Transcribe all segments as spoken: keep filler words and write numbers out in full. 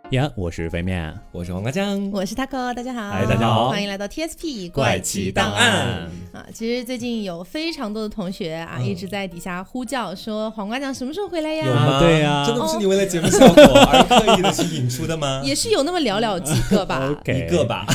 呀，我是肥面， 我是黄瓜酱， 我是 Taco， 大家好， 嗨，大家好， 欢迎来到 T S P 怪奇档案啊！其实最近有非常多的同学啊， 嗯、 一直在底下呼叫说黄瓜酱什么时候回来呀？ 有吗？ 对呀、啊， 真的不是你为了节目效果而刻意的去引出的吗？ 也是有那么寥寥几个吧， 一个吧。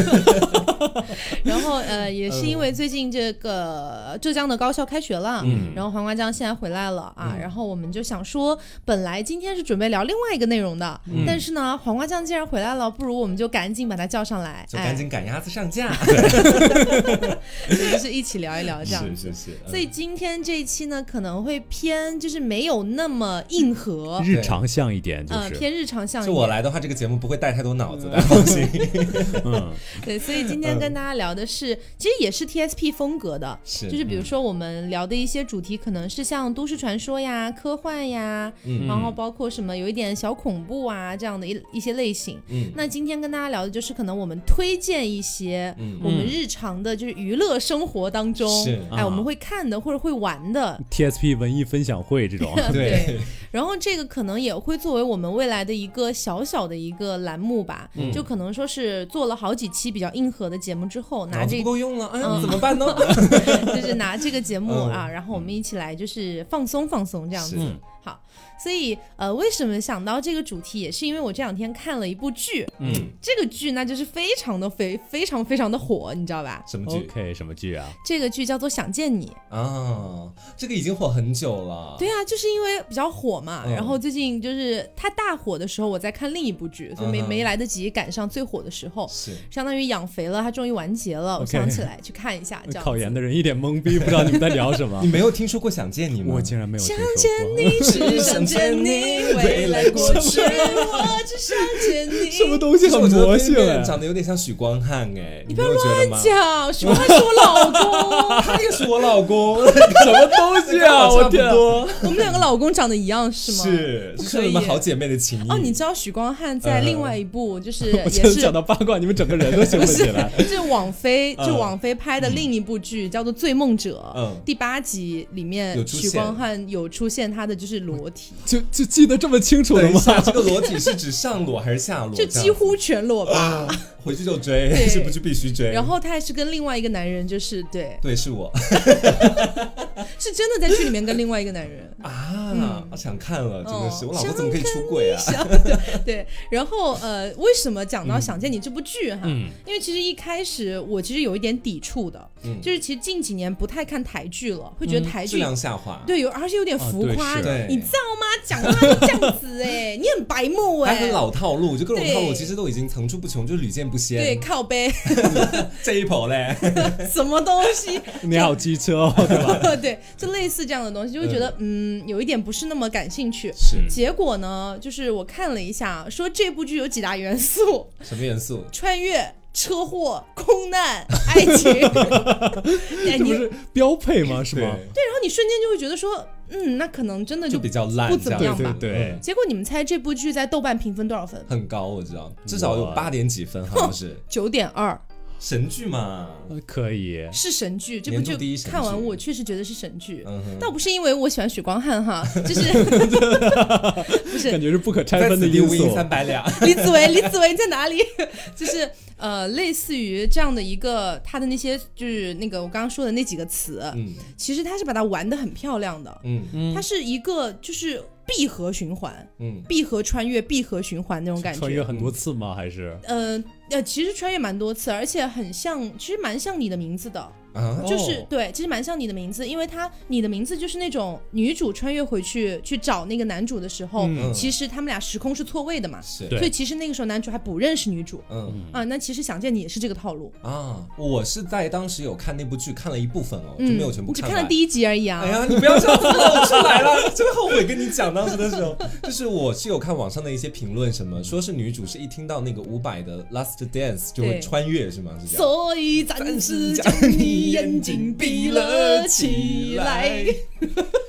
然后呃，也是因为最近这个浙江的高校开学了，嗯、然后黄瓜酱现在回来了啊，嗯、然后我们就想说，本来今天是准备聊另外一个内容的，嗯、但是呢，黄瓜酱既然回来了，不如我们就赶紧把他叫上来， 就赶紧赶鸭子上架， 对，就是一起聊一聊这样子。 是是是。嗯、 所以今天这一期呢，可能会偏就是没有那么硬核， 日常向一点，就是、 呃、偏日常向一点。 就我来的话，这个节目不会带太多脑子的，放心。 嗯， 对，所以今天跟大家聊的是，嗯、其实也是 T S P 风格的， 是就是比如说我们聊的一些主题，可能是像都市传说呀、科幻呀，嗯、然后包括什么有一点小恐怖啊这样的一一些类型。嗯，那今天跟大家聊的就是可能我们推荐一些我们日常的就是娱乐生活当中， 是、 哎，我们会看的或者会玩的 T S P 文艺分享会这种。 对，然后这个可能也会作为我们未来的一个小小的一个栏目吧，嗯、就可能说是做了好几期比较硬核的节目之后，拿这不够用了，哎、嗯，怎么办呢？ 就是拿这个节目啊， 嗯、 然后我们一起来就是放松放松这样子。好，所以呃，为什么想到这个主题，也是因为我这两天看了一部剧，嗯，这个剧那就是非常的非非常非常的火，你知道吧？ 什么剧 ？OK， 什么剧啊？ 这个剧叫做《想见你》 啊，这个已经火很久了。 对啊，就是因为比较火嘛，嗯、然后最近就是它大火的时候，我在看另一部剧，所以没、嗯、没来得及赶上最火的时候， 是相当于养肥了，它终于完结了， okay, 我想起来去看一下。这样考研的人一脸懵逼，不知道你们在聊什么。 你没有听说过《想见你》吗？ 我竟然没有听说过。 想见你，只想见你，未来过去，我只想见你。 什么东西很魔性哎， 长得有点像许光汉哎， 你不要乱讲，许光汉是我老公， 他也是我老公， 什么东西啊？我天， 我们两个老公长得一样是吗？ 是， 不可以， 你们好姐妹的情谊。 哦，你知道许光汉在另外一部就是也是讲到八卦，你们整个人都兴奋起来。 是网飞，就网飞拍的另一部剧叫做《醉梦者》，嗯，第八集里面许光汉有出现他的就是裸体， 就就记得这么清楚了吗？ 这个裸体是指上裸还是下裸？ 就几乎全裸吧。 呃、回去就追，是不是必须追？ 然后他还是跟另外一个男人，就是对对，是我， 是真的在剧里面跟另外一个男人啊，嗯、想看了，真的是，哦、我老婆怎么可以出轨啊？ 对，然后呃，为什么讲到《想见你》这部剧哈？嗯、因为其实一开始我其实有一点抵触的，嗯、就是其实近几年不太看台剧了，会觉得台剧、 嗯、质量下滑， 对，有而且有点浮夸， 哦、 你知道吗？讲话就这样子哎、欸，你很白目哎、欸， 还很老套路，就各种套路其实都已经层出不穷，就是屡见不鲜。 对，靠背这一口嘞， 什么东西？ 你好机车哦，对吧？ 对，就类似这样的东西，就会觉得 嗯, 嗯，有一点不是那么感兴趣。 是， 结果呢，就是我看了一下，说这部剧有几大元素。 什么元素？ 穿越。车祸、空难、爱情， 这不是标配吗？是吗？ 对，然后你瞬间就会觉得说，嗯，那可能真的 就, 就比较烂， 不怎么样吧？ 对, 对, 对。 结果你们猜这部剧在豆瓣评分多少分？ 很高，我知道，至少有八点几分，好像是九点二。 神剧嘛， 可以是神剧，这部剧看完我确实觉得是神剧， 嗯、 倒不是因为我喜欢许光汉哈，就是不是感觉是不可拆分的因素。 三百两， 李子维，李子维在哪里？就是呃，类似于这样的一个他的那些就是那个我刚刚说的那几个词，嗯，其实他是把它玩得很漂亮的，嗯，它是一个就是闭合循环，嗯，闭合穿越，闭合循环那种感觉。 穿越很多次吗？还是？ 呃呃，其实穿越蛮多次，而且很像，其实蛮像你的名字的。啊、就是、哦、对，其实蛮像你的名字，因为他你的名字就是那种女主穿越回去去找那个男主的时候，嗯、其实他们俩时空是错位的嘛，所以其实那个时候男主还不认识女主，嗯啊，那其实想见你也是这个套路啊。我是在当时有看那部剧，看了一部分哦，嗯、就没有全部看完， 你只看了第一集而已啊。 哎呀，你不要这样子露出来了，真后悔跟你讲当时的时候，就是我是有看网上的一些评论，什么说是女主是一听到那个伍佰的 Last Dance 就会穿越是吗？是这样， 所以暂时将你眼睛闭了起来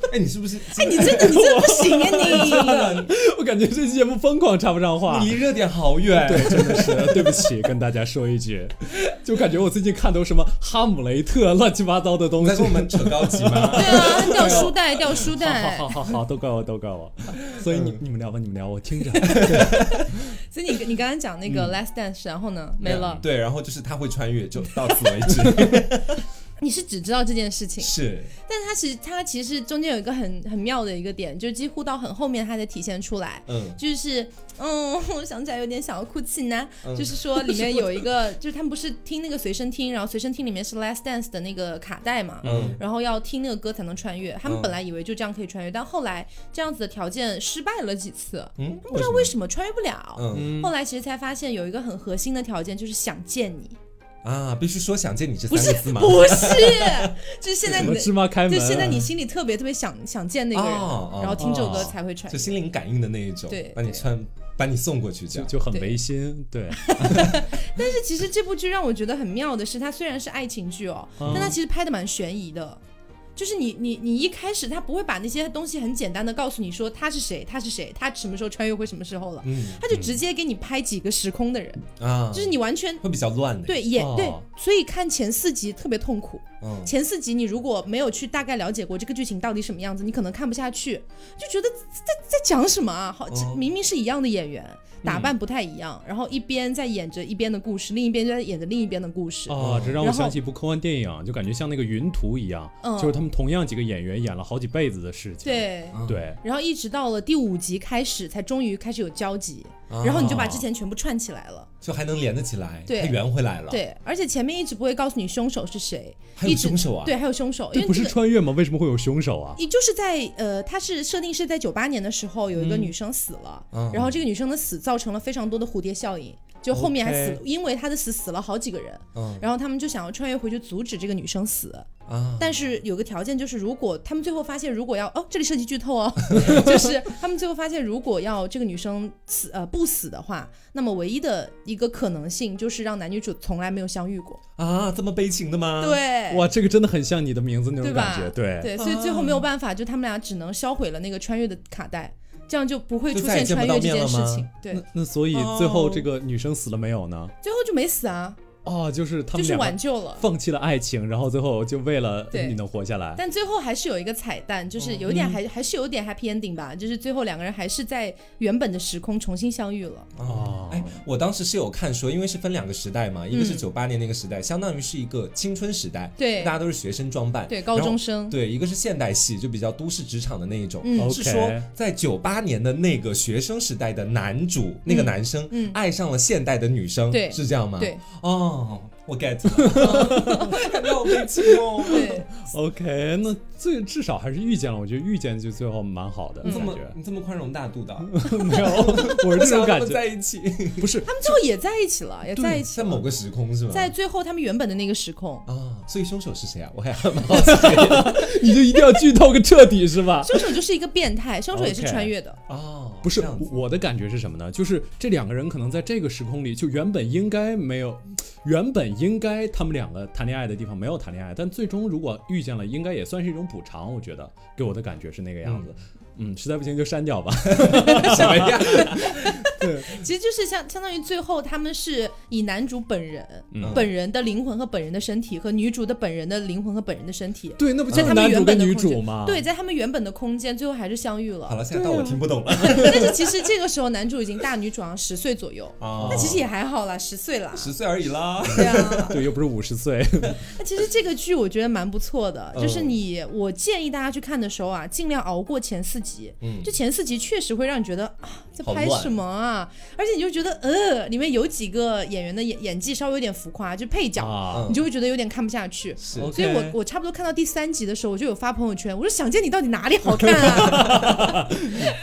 哎，你是不是？ 哎，你真的你真的不行啊你！ 我感觉这期节目疯狂插不上话， 你离热点好远。 对，真的是对不起，跟大家说一句，就感觉我最近看都什么哈姆雷特乱七八糟的东西， 在跟我们扯高级吗？ 对啊，掉书袋，掉书袋。 好好好好，都怪我，都怪我。所以你你们聊吧，你们聊，我听着。 所以你你刚刚讲那个 Last Dance，、嗯、然后呢没了。 对，然后就是他会穿越，就到此为止。 你是只知道这件事情， 是， 但他其实他其实中间有一个很很妙的一个点，就几乎到很后面他才体现出来，嗯，就是嗯，我想起来有点想要哭泣呢、嗯，就是说里面有一个，就是他们不是听那个随身听，然后随身听里面是 Last Dance 的那个卡带嘛，嗯，然后要听那个歌才能穿越，他们本来以为就这样可以穿越，但后来这样子的条件失败了几次，嗯，不知道为什么穿越不了，嗯，后来其实才发现有一个很核心的条件，就是想见你。 啊，必须说想见你这三个字吗？ 不是，不是，就是现在你的芝麻开门， 就现在你心里特别特别想想见那个人，哦哦、然后听这首歌才会穿越， 就心灵感应的那一种， 对， 把你穿，把你送过去，这样就很违心，对。 但是其实这部剧让我觉得很妙的是，它虽然是爱情剧哦，嗯、但它其实拍的蛮悬疑的。就是你你你一开始他不会把那些东西很简单的告诉你说他是谁他是谁他什么时候穿越会什么时候了，嗯，他就直接给你拍几个时空的人啊，就是你完全会比较乱的， 对也、哦、对，所以看前四集特别痛苦，嗯，前四集你如果没有去大概了解过这个剧情到底什么样子，你可能看不下去，就觉得在在讲什么啊，好，哦、明明是一样的演员。打扮不太一样、嗯，然后一边在演着一边的故事，另一边就在演着另一边的故事。 哦，这让我想起一部科幻电影，就感觉像那个云图一样、嗯，就是他们同样几个演员演了好几辈子的事情。 对、 嗯、对。 然后一直到了第五集开始，才终于开始有交集、哦，然后你就把之前全部串起来了， 就还能连得起来， 对， 它圆回来了。 对，而且前面一直不会告诉你凶手是谁， 还有凶手啊？ 对，还有凶手。 这不是穿越吗？为什么会有凶手啊？ 也就是在呃，它是设定是在九八年的时候，有一个女生死了、嗯，然后这个女生的死造成了非常多的蝴蝶效应，就后面还死， okay. 因为她的死死了好几个人、嗯，然后他们就想要穿越回去阻止这个女生死。啊、但是有个条件，就是如果他们最后发现，如果要哦，这里涉及剧透哦，就是他们最后发现，如果要这个女生死呃不死的话，那么唯一的一个可能性就是让男女主从来没有相遇过啊，这么悲情的吗？ 对， 哇，这个真的很像你的名字那种感觉，对对，所以最后没有办法，就他们俩只能销毁了那个穿越的卡带。这样就不会出现穿越这件事情。对， 那那所以最后这个女生死了没有呢？ 最后就没死啊。 哦，就是他们就是挽救了， 放弃了爱情，然后最后就为了你能活下来。 但最后还是有一个彩蛋，就是有点还、嗯、还是有点 happy ending 吧，就是最后两个人还是在原本的时空重新相遇了。 哦，哎，我当时是有看说，因为是分两个时代嘛，一个是九八年那个时代、嗯，相当于是一个青春时代， 对， 大家都是学生装扮， 对，高中生， 对，一个是现代戏，就比较都市职场的那一种。 嗯， 是说在九八年的那个学生时代的男主、嗯、那个男生、嗯、爱上了现代的女生， 对， 是这样吗？ 对， 哦。我 get 了，感觉好悲情哦。 对 ，OK， 那最至少还是遇见了，我觉得遇见就最后蛮好的。 你这么感觉你这么宽容大度的， 没有，我是这种感觉。 在一起不是， 他们最后也在一起了，也在一起了，在某个时空是吗？ 在最后他们原本的那个时空啊，所以凶手是谁啊？我还蛮好奇的， 你就一定要剧透个彻底是吧？ 凶手就是一个变态，凶手也是穿越的哦。 不是，我的感觉是什么呢？就是这两个人可能在这个时空里，就原本应该没有，原本应该他们两个谈恋爱的地方没有谈恋爱，但最终如果遇见了，应该也算是一种补偿。我觉得给我的感觉是那个样子。嗯，嗯实在不行就删掉吧。 什么呀？ 对，其实就是相相当于最后他们是以男主本人、嗯、本人的灵魂和本人的身体和女主的本人的灵魂和本人的身体， 对，那不就是男主跟女主吗？ 对，在他们原本的空间，最后还是相遇了。 好了，现在到我听不懂了。 但是其实这个时候男主已经大女主好像十岁左右，哦，那其实也还好啦，十岁啦， 十岁而已啦。 对啊， 对，又不是五十岁。 那其实这个剧我觉得蛮不错的，就是你，我建议大家去看的时候啊，尽量熬过前四集。嗯，就前四集确实会让你觉得啊，在拍什么啊？而且你就觉得呃，里面有几个演员的演演技稍微有点浮夸，就配角、啊，你就会觉得有点看不下去。 是， 所以我我差不多看到第三集的时候，我就有发朋友圈，我说想见你到底哪里好看啊？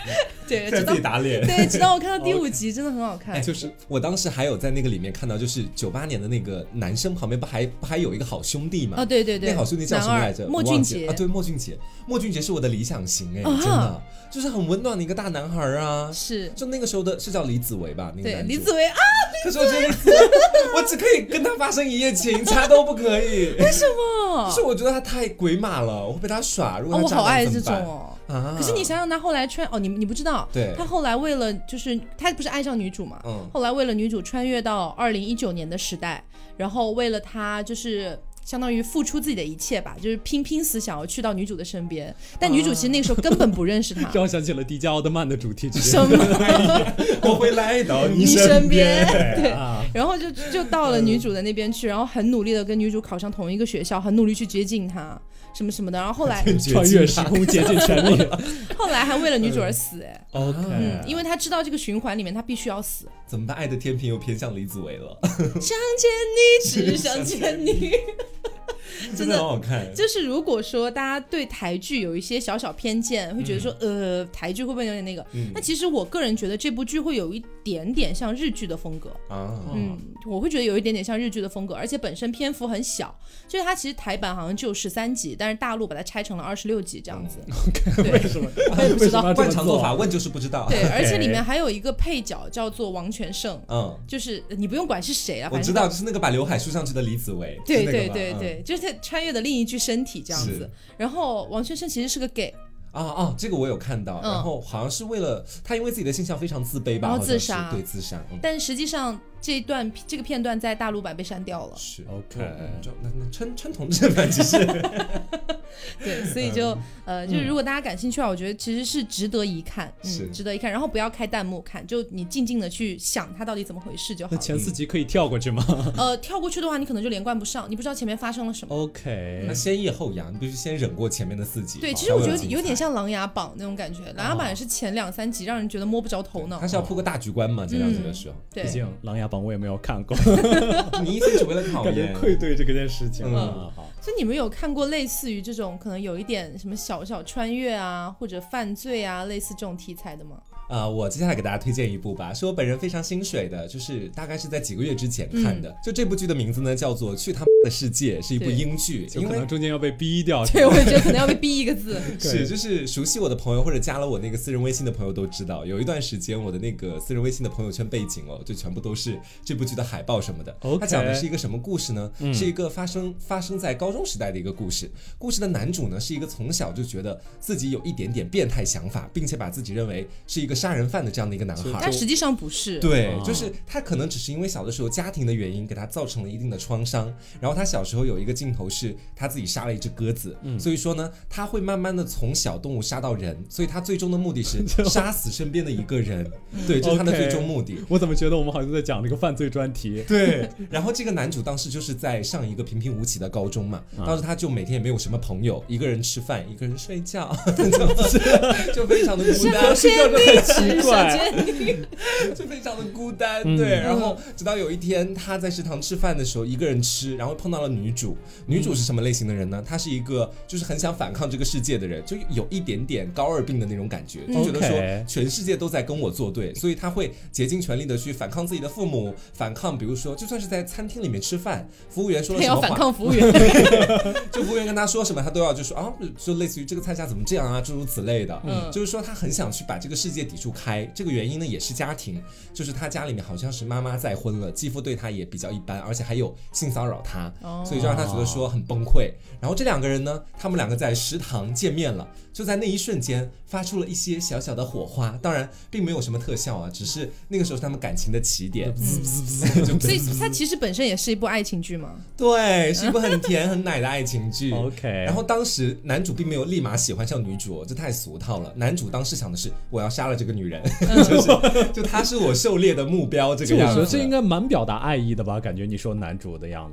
对， 在自己打脸。 对，直到我看到第五集，真的很好看。 哎，就是我当时还有在那个里面看到，就是九八年的那个男生旁边不还不还有一个好兄弟嘛？ 哦，对对对， 那好兄弟叫什么来着？ 莫俊杰啊，对，莫俊杰，莫俊杰是我的理想型哎，真的就是很温暖的一个大男孩啊。 是， 就那个时候的是叫李子维吧？那个对， 男主李子维啊， 可是我觉得李子维，我只可以跟他发生一夜情，其他都不可以。 为什么？ 就是我觉得他太鬼马了，我会被他耍。如果他哦，我好爱这怎么办种哦。 啊！ 可是你想想，他后来穿哦，你你不知道， 对， 他后来为了就是他不是爱上女主嘛， 嗯， 后来为了女主穿越到二零一九年的时代，然后为了他就是相当于付出自己的一切吧，就是拼拼死想要去到女主的身边，但女主其实那个时候根本不认识他。 让我想起了迪迦奥特曼的主题曲。 什么？ 我会来到你身边。对， 啊、 然后就就到了女主的那边去，然后很努力的跟女主考上同一个学校，很努力去接近她。什么什么的，然后后来穿越时空竭尽全力， 后来还为了女主而死哎。 OK， 嗯，因为他知道这个循环里面他必须要死。 怎么办？爱的天平又偏向李子维了。 想见你，只想见你。 真的很好看。 就是如果说大家对台剧有一些小小偏见，会觉得说、嗯、呃台剧会不会有点那个、嗯、那其实我个人觉得这部剧会有一点点像日剧的风格啊，嗯，我会觉得有一点点像日剧的风格，而且本身篇幅很小，就是它其实台版好像只有十三集，但是大陆把它拆成了二十六集这样子、 嗯、okay, 对，为什么我也不知道， 惯常做法问就是不知道。 对，而且里面还有一个配角叫做王全胜，嗯，就是你不用管是谁啊， 我知道，就是那个把刘海梳上去的李子维， 对对对对、嗯，就是他穿越的另一具身体这样子。然后王全胜其实是个 gay。 啊啊，这个我有看到、嗯，然后好像是为了他因为自己的性向非常自卑吧， 然后自杀， 对自杀、嗯。但实际上这一段这个片段在大陆版被删掉了。 是 OK， 就那那称称同志版其实。 对，所以就、嗯、呃，就是如果大家感兴趣的话，我觉得其实是值得一看，嗯，值得一看。然后不要开弹幕看，就你静静的去想它到底怎么回事就好了。 那前四集可以跳过去吗？ 呃，跳过去的话，你可能就连贯不上，你不知道前面发生了什么。 OK， 那先抑后扬，你必须先忍过前面的四集。 对，其实我觉得有点像《琅琊榜》那种感觉，《琅琊榜》也是前两三集让人觉得摸不着头脑。 他是要铺个大局观嘛，前两集的时候。 对， 毕竟《琅琊榜》我也没有看过。 你一直只为了考研， 感觉愧对这个件事情。 嗯，好。所以你们有看过类似于这种可能有一点什么小小穿越啊，或者犯罪啊，类似这种题材的吗？ 啊、呃，我接下来给大家推荐一部吧，是我本人非常心水的，就是大概是在几个月之前看的。嗯、就这部剧的名字呢，叫做《去他妈的世界》，是一部英剧， 因为中间要被逼掉。 对，我也觉得可能要被逼一个字。 是，就是熟悉我的朋友或者加了我那个私人微信的朋友都知道，有一段时间我的那个私人微信的朋友圈背景哦，就全部都是这部剧的海报什么的。 Okay. 它讲的是一个什么故事呢？ 嗯、 是一个发生发生在高中时代的一个故事。故事的男主呢，是一个从小就觉得自己有一点点变态想法，并且把自己认为是一个杀人犯的这样的一个男孩， 但实际上不是。 对，就是他可能只是因为小的时候家庭的原因给他造成了一定的创伤，然后他小时候有一个镜头是他自己杀了一只鸽子、嗯、所以说呢他会慢慢的从小动物杀到人，所以他最终的目的是杀死身边的一个人对，这是他的最终目的。 okay, 我怎么觉得我们好像在讲那个犯罪专题。 对，然后这个男主当时就是在上一个平平无奇的高中嘛，当时他就每天也没有什么朋友，一个人吃饭一个人睡觉就非常的孤单， 睡觉就很奇怪就非常的孤单、嗯、对，然后直到有一天他在食堂吃饭的时候一个人吃，然后碰到了女主。女主是什么类型的人呢？她是一个就是很想反抗这个世界的人，就有一点点高二病的那种感觉，就觉得说全世界都在跟我作对，所以他会竭尽全力的去反抗自己的父母，反抗比如说就算是在餐厅里面吃饭，服务员说了什么话， 他要反抗服务员就服务员跟他说什么他都要就说啊，就类似于这个菜价怎么这样啊，诸如此类的、嗯、就是说他很想去把这个世界抵触开。这个原因呢也是家庭，就是他家里面好像是妈妈再婚了，继父对他也比较一般，而且还有性骚扰他、哦、所以就让他觉得说很崩溃。然后这两个人呢，他们两个在食堂见面了，就在那一瞬间发出了一些小小的火花，当然并没有什么特效啊，只是那个时候是他们感情的起点、 嗯、所以它其实本身也是一部爱情剧嘛。 对，是一部很甜很奶的爱情剧 OK， 然后当时男主并没有立马喜欢上女主、哦、这太俗套了。男主当时想的是我要杀了这个女人就是就他是我狩猎的目标，这个样子。 我觉得这应该蛮表达爱意的吧，感觉你说男主的样子。 对，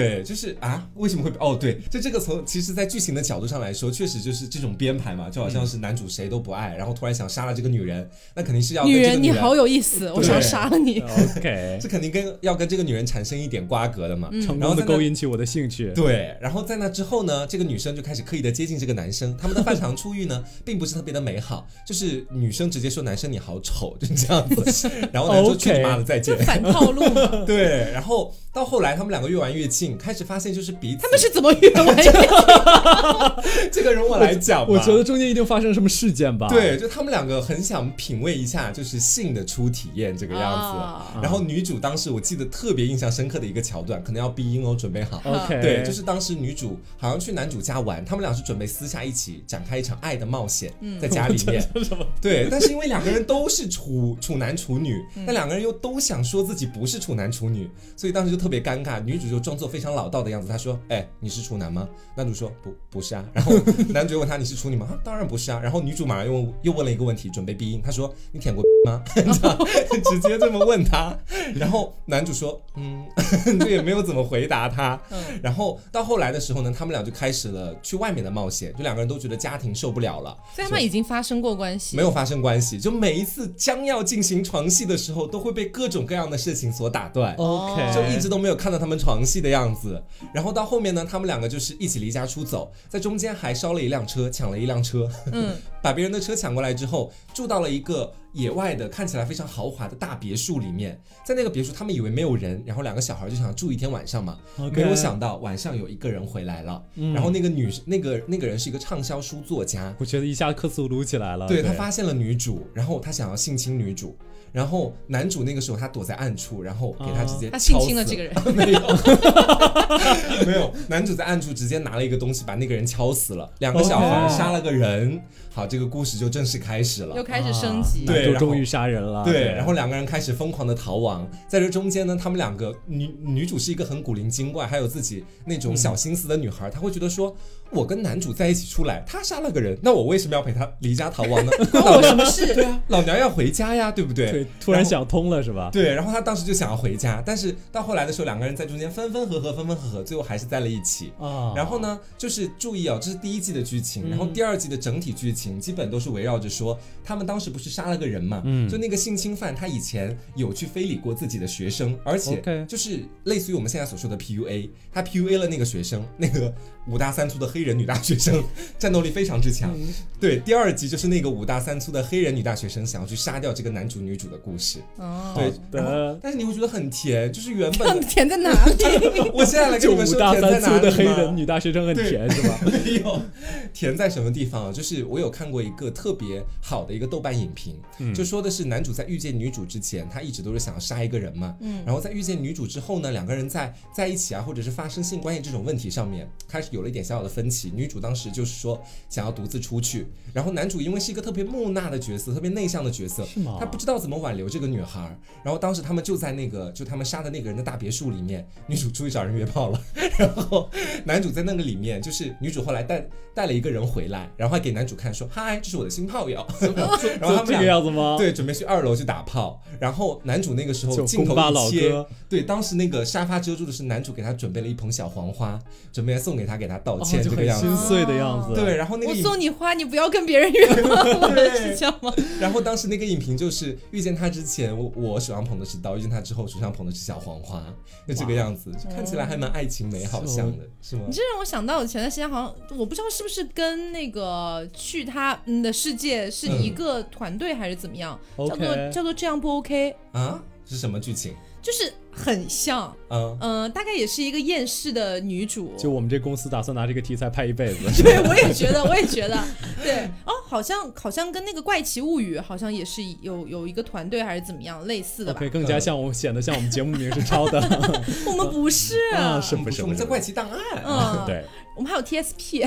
对，就是啊，为什么会哦？对，就这个从其实，在剧情的角度上来说，确实就是这种编排嘛，就好像是男主谁都不爱，然后突然想杀了这个女人，那肯定是要跟这个女人， 女人你好有意思，我想杀了你。 OK， 这肯定跟要跟这个女人产生一点瓜葛的嘛， 成功的勾引起我的兴趣。 对，然后在那之后呢，这个女生就开始刻意的接近这个男生，他们的饭堂初遇呢，并不是特别的美好，就是女生直接说男生你好丑，就这样子，然后男生去你妈的再见， 反套路嘛。 对，然后到后来他们两个越玩越近，开始发现就是彼此， 他们是怎么越玩越近？ 这个容我来讲吧， 我觉得中间一定发生什么事件吧。 对，就他们两个很想品味一下就是性的初体验这个样子，啊、然后女主当时我记得特别印象深刻的一个桥段，可能要逼音哦，准备好。 OK， 对，就是当时女主好像去男主家玩，他们俩是准备私下一起展开一场爱的冒险，嗯、在家里面。对，但是因为两个人都是处处男处女，嗯、但两个人又都想说自己不是处男处女，所以当时就特别尴尬。女主就装作非常老道的样子，她说：“哎，你是处男吗？”男主说：“不，不是啊。”然后男主问她：“你是处女吗？”啊，当然不是啊。然后女主马上又问又问了一个问题，准备逼音，她说：“你舔过吗？”直接这么问他，然后男主说：“嗯，这也没有怎么回答他。”然后到后来的时候呢，他们俩就开始了去外面的冒险，就两个人都觉得家庭受不了了， 所以他们已经发生过关系？ 没有发生关系，就每一次将要进行床戏的时候，都会被各种各样的事情所打断。 OK， 就一直都没有看到他们床戏的样子。然后到后面呢，他们两个就是一起离家出走，在中间还烧了一辆车，抢了一辆车，嗯，把别人的车抢过来之后，住到了一个野外的看起来非常豪华的大别墅里面。在那个别墅他们以为没有人，然后两个小孩就想住一天晚上嘛， okay. 没有想到晚上有一个人回来了，嗯、然后那个女那个那个人是一个畅销书作家， 我觉得一下克苏鲁起来了。 对，他发现了女主，然后他想要性侵女主，然后男主那个时候他躲在暗处，然后给他直接敲死、 啊、他性侵了这个人没有没有，男主在暗处直接拿了一个东西把那个人敲死了，两个小孩杀了个人、oh. 好，这个故事就正式开始了， 又开始升级、 啊、对，终于杀人了， 对, 对，然后两个人开始疯狂的逃亡。在这中间呢，他们两个女女主是一个很古灵精怪还有自己那种小心思的女孩，她、嗯、会觉得说我跟男主在一起出来，他杀了个人，那我为什么要陪他离家逃亡呢？ 关我什么事？ 对啊，老娘要回家呀，对不对？ 对，突然想通了是吧？ 对，然后他当时就想要回家，但是到后来的时候，两个人在中间分分合合，分分合合，最后还是在了一起。啊，然后呢，就是注意哦，这是第一季的剧情，然后第二季的整体剧情基本都是围绕着说，他们当时不是杀了个人嘛，嗯，就那个性侵犯他以前有去非礼过自己的学生，而且就是类似于我们现在所说的 P U A， 他 P U A 了那个学生，那个五大三粗的黑人女大学生，战斗力非常之强。嗯、对，第二集就是那个五大三粗的黑人女大学生想要去杀掉这个男主女主的故事。哦，对的，但是你会觉得很甜，就是原本甜在哪里？ 我现在来跟你们说甜在哪里吗？ 五大三粗的黑人女大学生很甜是吧？ 没有，甜在什么地方？就是我有看过一个特别好的一个豆瓣影评，嗯、就说的是男主在遇见女主之前，他一直都是想要杀一个人嘛，嗯，然后在遇见女主之后呢，两个人在在一起啊，或者是发生性关系这种问题上面，开始有了一点小小的分歧。女主当时就是说想要独自出去，然后男主因为是一个特别木讷的角色，特别内向的角色，他不知道怎么挽留这个女孩，然后当时他们就在那个就他们杀的那个人的大别墅里面，女主出去找人约炮了，然后男主在那个里面，就是女主后来带带了一个人回来，然后还给男主看说嗨，这是我的新炮友，然后他们这个样子吗？ 对，准备去二楼去打炮，然后男主那个时候镜头一切，对，当时那个沙发遮住的是男主给他准备了一捧小黄花，准备送给他给他道歉，这个样子， 心碎的样子。 对，然后那个我送你花，你不要跟别人约炮，是这样吗？ 然后当时那个影评就是遇见他之前，我我手上捧的是刀，遇见他之后手上捧的是小黄花，就这个样子，就看起来还蛮爱情美好像的，是吗？ 你这让我想到我前段时间好像我不知道是不是跟那个去他的世界是一个团队还是怎么样，嗯、叫做叫做这样不 OK 啊？是什么剧情？ 就是很像，嗯、呃、大概也是一个厌世的女主。 就我们这公司打算拿这个题材拍一辈子。 对，我也觉得，我也觉得，对哦，好像好像跟那个《怪奇物语》好像也是有有一个团队还是怎么样类似的吧？ 可以更加像我显得像我们节目名是抄的。 我们不是， 啊、是不是？ 我们在《怪奇档案》。 嗯， 对。 我们还有 T S P，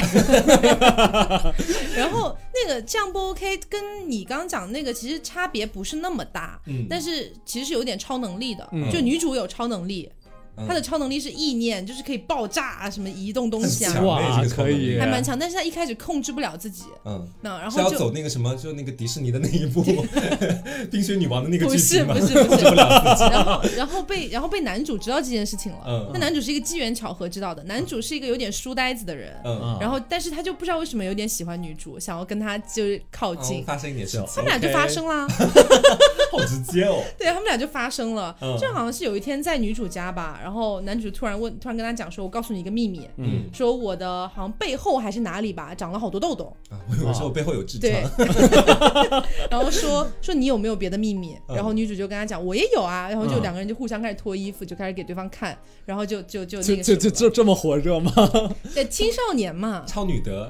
然后那个这样不 OK， 跟你刚刚讲那个其实差别不是那么大，嗯、但是其实是有点超能力的，嗯、就女主有超能力， 嗯、他的超能力是意念，就是可以爆炸啊，什么移动东西啊， 哇，可以， 还蛮强。但是他一开始控制不了自己， 嗯， 那然后是要走那个什么，就那个迪士尼的那一部冰雪女王的那个剧情吗？ 不是不是不是，不了自己。然后然后被然后被男主知道这件事情了，嗯，那男主是一个机缘巧合知道的，男主是一个有点书呆子的人，嗯，然后但是他就不知道为什么有点喜欢女主，想要跟他就是靠近， 嗯、发生一点事情， 他们俩就发生啦， 好直接哦， 对他们俩就发生了，嗯、就好像是有一天在女主家吧，然后男主突然问，突然跟他讲说，我告诉你一个秘密，嗯，说我的好像背后还是哪里吧，长了好多痘痘， 啊，我以为说我背后有痔疮， 对，然后说说你有没有别的秘密，嗯、然后女主就跟他讲我也有啊，然后就两个人就互相开始脱衣服，就开始给对方看，然后就就就那个就就就这么火热吗？ 对，青少年嘛， 超女德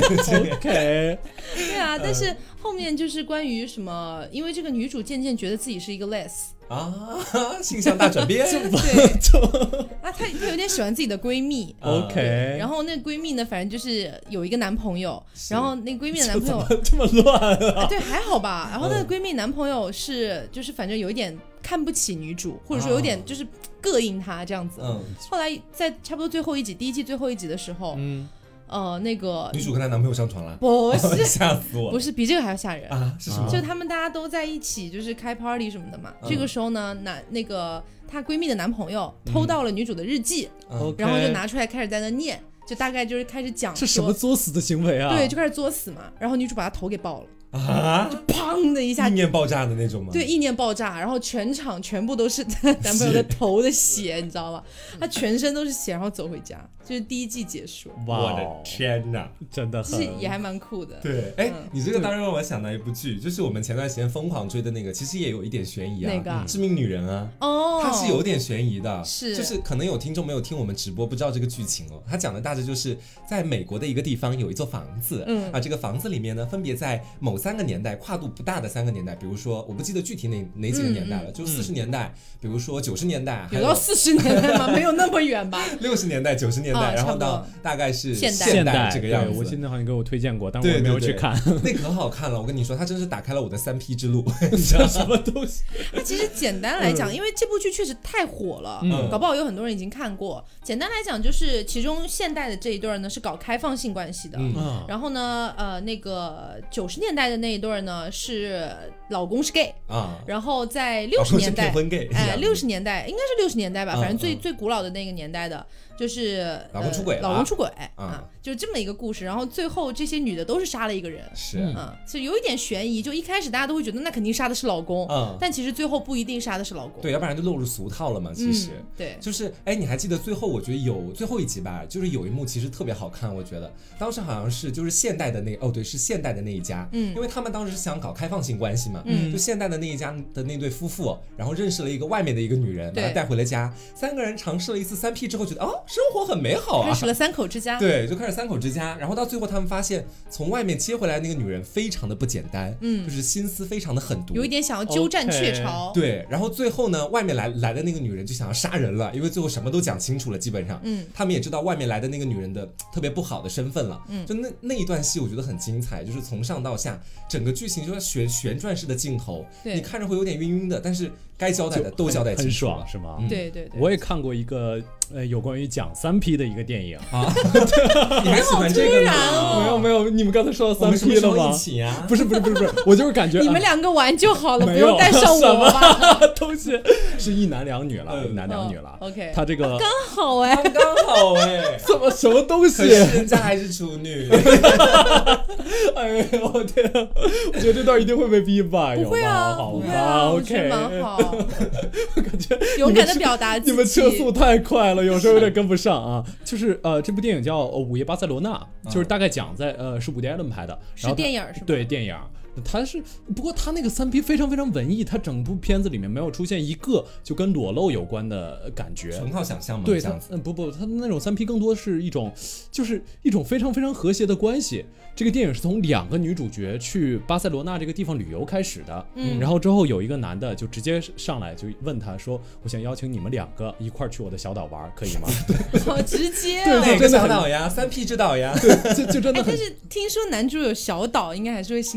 ，OK， 对啊，但是后面就是关于什么，因为这个女主渐渐觉得自己是一个 less。 啊，形象大转变， 对，啊，她她有点喜欢自己的闺蜜 ，OK， 然后那闺蜜呢，反正就是有一个男朋友，然后那闺蜜的男朋友这么乱啊， 对，还好吧。然后那个闺蜜男朋友是就是反正有一点看不起女主，或者说有点就是膈应她这样子。嗯，后来在差不多最后一集，第一季最后一集的时候，嗯。呃，那个女主跟她男朋友上床了， 不是， 吓死我！ 不是，比这个还要吓人啊！是什么？ 就他们大家都在一起，就是开 party 什么的嘛。嗯、这个时候呢，男那个她闺蜜的男朋友偷到了女主的日记，嗯、然后就拿出来开始在那念，就大概就是开始讲这什么作死的行为啊？ 对，就开始作死嘛。然后女主把她头给爆了。 啊！ 就砰的一下， 意念爆炸的那种吗？ 对，意念爆炸，然后全场全部都是男朋友的头的血，你知道吗？他全身都是血，然后走回家，就是第一季结束。 哇，我的天哪， 真的很， 是也还蛮酷的。 对，哎、嗯，你这个当然让我想到一部剧，就是我们前段时间疯狂追的那个，其实也有一点悬疑啊。 那个《 致命女人》啊， 哦， 它是有点悬疑的， 是， 就是可能有听众没有听我们直播，不知道这个剧情哦。它讲的大致就是在美国的一个地方有一座房子，嗯啊，这个房子里面呢，分别在某三个年代跨度不大的三个年代，比如说我不记得具体哪哪几个年代了，嗯、就四十年代，嗯、比如说九十年代， 有到四十年代吗？没有那么远吧？ 六十年代、九十年代，哦、然后到大概是现代现代这个样子。 我记得好像给我推荐过，但我没有去看。 对对对那可好看了，我跟你说，它真是打开了我的三 P 之路。你知道什么东西？ 那其实简单来讲，嗯、因为这部剧确实太火了，嗯、搞不好有很多人已经看过。简单来讲，就是其中现代的这一对呢是搞开放性关系的，嗯、然后呢，呃，那个九十年代的那一对呢是。老公是 gay 啊，然后在六十年代，哎，六十年代应该是六十年代吧，反正最、嗯、最古老的那个年代的，就是老公出轨、 呃，老公出轨、嗯、啊，就这么一个故事。然后最后这些女的都是杀了一个人， 是啊，所以有一点悬疑。就一开始大家都会觉得那肯定杀的是老公，嗯，但其实最后不一定杀的是老公， 对，要不然就落入俗套了嘛。其实， 嗯、对， 就是哎，你还记得最后我觉得有最后一集吧，就是有一幕其实特别好看，我觉得当时好像是就是现代的那哦对，是现代的那一家，嗯，因为他们当时是想搞开放性关系嘛，嗯，就现代的那一家的那对夫妇，然后认识了一个外面的一个女人，把她带回了家，三个人尝试了一次三 P 之后，觉得哦，生活很美好啊， 开始了三口之家， 对，就开始三口之家，然后到最后他们发现从外面接回来的那个女人非常的不简单，嗯，就是心思非常的狠毒， 有一点想要鸠占鹊巢， okay. 对，然后最后呢，外面来来的那个女人就想要杀人了，因为最后什么都讲清楚了，基本上，嗯，他们也知道外面来的那个女人的特别不好的身份了，嗯，就那那一段戏我觉得很精彩，就是从上到下整个剧情就是旋旋转式的镜头，你看着会有点晕晕的，但是该交代的都交代清楚了， 很爽是吗？ 嗯、对对对， 我也看过一个呃有关于讲三 P 的一个电影啊，你还喜欢这个呢？ 哦、 没有没有，你们刚才说到三 P 了吗？ 一起啊、 不是不是不是不是，我就是感觉你们两个玩就好了，不用带上我吧。 东西是一男两女了，一男两女了。 哦、OK， 他这个刚好哎， 刚好哎， 怎么什么东西？ 人家还是处女。 哎呀，我天！我觉得这段一定会被逼吧？ 不会啊， 好吧、 啊、 ，OK， 蛮好。 我感觉勇敢的表达自己， 你们车速太快了，有时候有点跟不上啊。就是呃，这部电影叫《午夜巴塞罗那》，就是大概讲在呃是伍迪·艾伦拍的， 是电影是吧？ 对，电影。他是，不过他那个三 P 非常非常文艺，他整部片子里面没有出现一个就跟裸露有关的感觉， 纯靠想象吗？ 对，他嗯不不，他那种三 P 更多是一种，就是一种非常非常和谐的关系。这个电影是从两个女主角去巴塞罗那这个地方旅游开始的，嗯，然后之后有一个男的就直接上来就问他说：“我想邀请你们两个一块儿去我的小岛玩，可以吗？” 好直接、 哦，对，哪个小岛呀？三 P 之岛呀？ 对，就就真的很。 但是听说男主有小岛，应该还是会心动吧？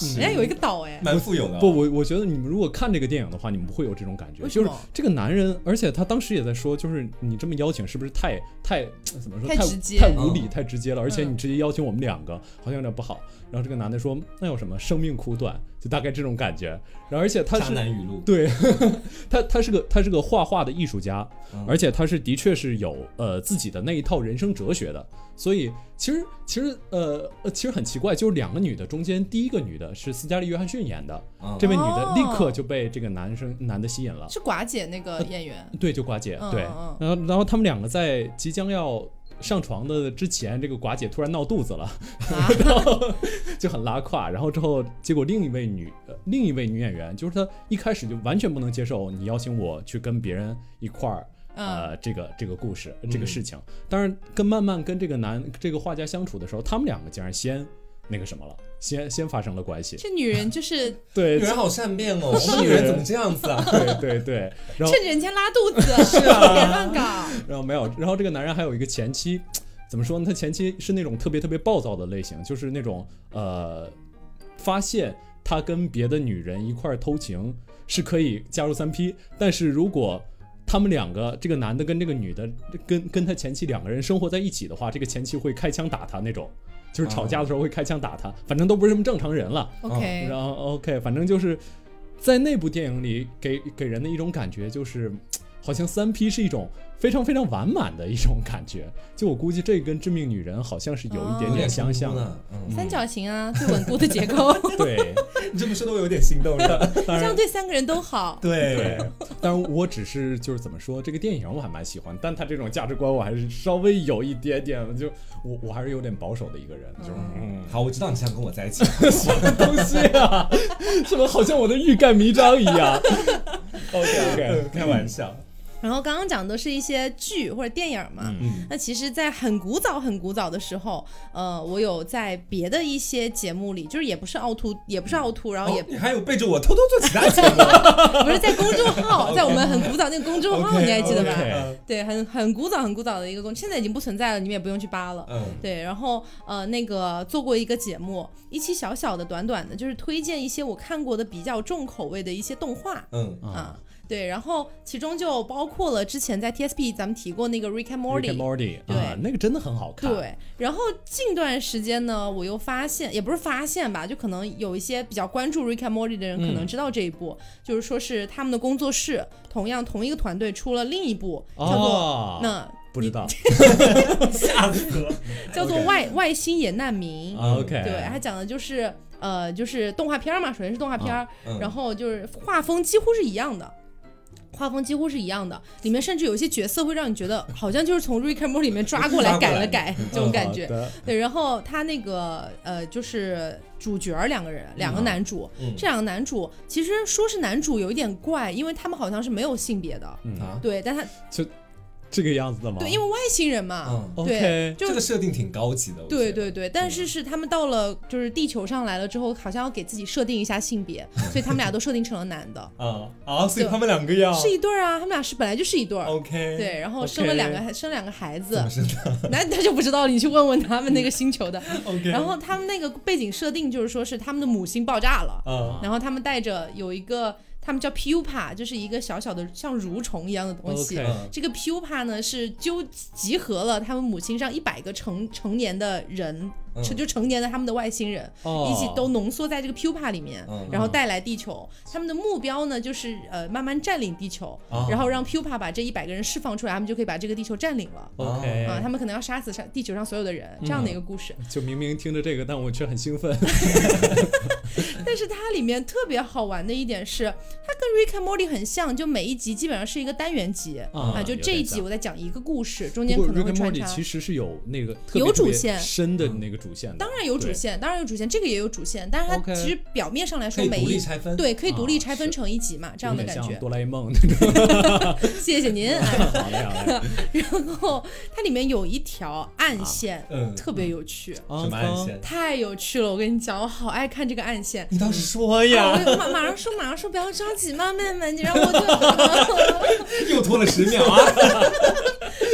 人家有一个岛哎， 蛮富有的。 不，我我觉得你们如果看这个电影的话，你们不会有这种感觉，就是这个男人，而且他当时也在说，就是你这么邀请是不是太太怎么说太直接、 太无理、太直接了，而且你直接邀请我们两个，好像有点不好。然后这个男的说，那有什么，生命苦短，就大概这种感觉。然后而且他是渣男语录， 对，他他是个他是个画画的艺术家，嗯、而且他是的确是有呃自己的那一套人生哲学的。所以其实其实呃呃其实很奇怪，就是两个女的中间，第一个女的是斯嘉丽·约翰逊演的，嗯、这位女的立刻就被这个男生男的吸引了， 是寡姐那个演员， 呃、对，就寡姐， 嗯、 对， 嗯、 然后然后他们两个在即将要上床的之前，这个寡姐突然闹肚子了，啊、然后就很拉胯，然后之后结果另一位女、呃、另一位女演员，就是她一开始就完全不能接受你邀请我去跟别人一块儿。呃，这个这个故事，这个事情，嗯、当然跟慢慢跟这个男这个画家相处的时候，他们两个竟然先那个什么了，先先发生了关系。 这女人就是对， 女人好善变哦，我们女人怎么这样子啊？ 对对对，然后趁着人家拉肚子， 是啊， 别乱搞。 然后没有，然后这个男人还有一个前妻，怎么说呢？他前妻是那种特别特别暴躁的类型，就是那种呃，发现他跟别的女人一块偷情是可以加入三 P， 但是如果他们两个，这个男的跟这个女的，跟跟他前妻两个人生活在一起的话，这个前妻会开枪打他那种，就是吵架的时候会开枪打他，哦、反正都不是什么正常人了。 OK， 然后 OK， 反正就是在那部电影里给给人的一种感觉就是，好像三 P 是一种非常非常完满的一种感觉。就我估计这跟致命女人好像是有一点点相像的， 哦嗯、三角形啊，最稳固的结构。 对， 你这么说的我有点心动了。 这样对三个人都好。 对， 对，当然我只是就是怎么说，这个电影我还蛮喜欢，但他这种价值观我还是稍微有一点点，就我我还是有点保守的一个人。就是嗯，好，我知道你想跟我在一起。 什么东西啊？什么好像我的欲盖弥彰一样。OK OK， 开玩笑。 然后刚刚讲的是一些剧或者电影嘛，嗯、那其实在很古早很古早的时候，呃，我有在别的一些节目里，就是也不是凹凸，也不是凹凸，然后也、 哦、你还有背着我偷偷做其他节目， 不是在公众号，在我们很古早那个公众号， okay, 你还记得吧？ okay. 对，很很古早很古早的一个公，现在已经不存在了，你们也不用去扒了。嗯，对，然后呃那个做过一个节目，一期小小的短短的，就是推荐一些我看过的比较重口味的一些动画。 嗯啊。对，然后其中就包括了之前在 T S P 咱们提过那个 Rick and Morty， Rick and Morty， 对、 啊，那个真的很好看。 对，然后近段时间呢，我又发现，也不是发现吧，就可能有一些比较关注 Rick and Morty 的人可能知道这一部，嗯、就是说是他们的工作室同样同一个团队出了另一部， 哦、 叫做那不知道， 吓死了， 叫做外外星野难民。 OK， 对，它讲的就是呃，就是动画片嘛，首先是动画片， 嗯、 然后就是画风几乎是一样的。画风几乎是一样的，里面甚至有一些角色会让你觉得好像就是从 Rick and Morty 里面抓过来改了改这种感觉。对，然后他那个呃就是主角两个人，两个男主，嗯、这两个男主其实说是男主有一点怪，因为他们好像是没有性别的， 嗯、 对，但他就这个样子的吗？ 对，因为外星人嘛， 嗯、 对， okay. 就这个设定挺高级的。 对对对，但是是他们到了就是地球上来了之后，好像要给自己设定一下性别，所以他们俩都设定成了男的。 啊啊，所以他们两个要是一对啊，他们俩是本来就是一对。 OK， 对，然后生了两个，还、okay. 生两个孩子。 怎么生的？ 那他就不知道，你去问问他们那个星球的。 OK， 然后他们那个背景设定就是说是他们的母星爆炸了，嗯、然后他们带着有一个。他们叫 pupa， 就是一个小小的像蠕虫一样的东西。 Okay. 这个 pupa 呢是纠集合了他们母星上一百个成成年的人，嗯、就成年的他们的外星人，哦、一起都浓缩在这个 pupa 里面，嗯、然后带来地球。嗯、他们的目标呢就是呃慢慢占领地球，哦、然后让 pupa 把这一百个人释放出来，他们就可以把这个地球占领了。 OK， 啊，他们可能要杀死上地球上所有的人，嗯、这样的一个故事。 就明明听着这个，但我却很兴奋。 但是它里面特别好玩的一点是，它跟 Rick and Morty 很像，就每一集基本上是一个单元集啊, 啊，就这一集我在讲一个故事，中间可能会穿插。 Rick and Morty 其实是有那个特别有主线深的那个主线的， 当然有主线，当然有主线，这个也有主线，但是它其实表面上来说每一对可以独立拆分成一集嘛，啊、这样的感觉。 像哆啦 A 梦那种。 谢谢您。 哎、好嘞好嘞。 然后它里面有一条暗线，啊嗯、 特别有趣。 什么暗线？ 太有趣了！我跟你讲，我好爱看这个暗线。 你倒是说呀！ 啊、我马马上说，马上说，不要着急嘛，妹妹，你让我就又拖了十秒啊！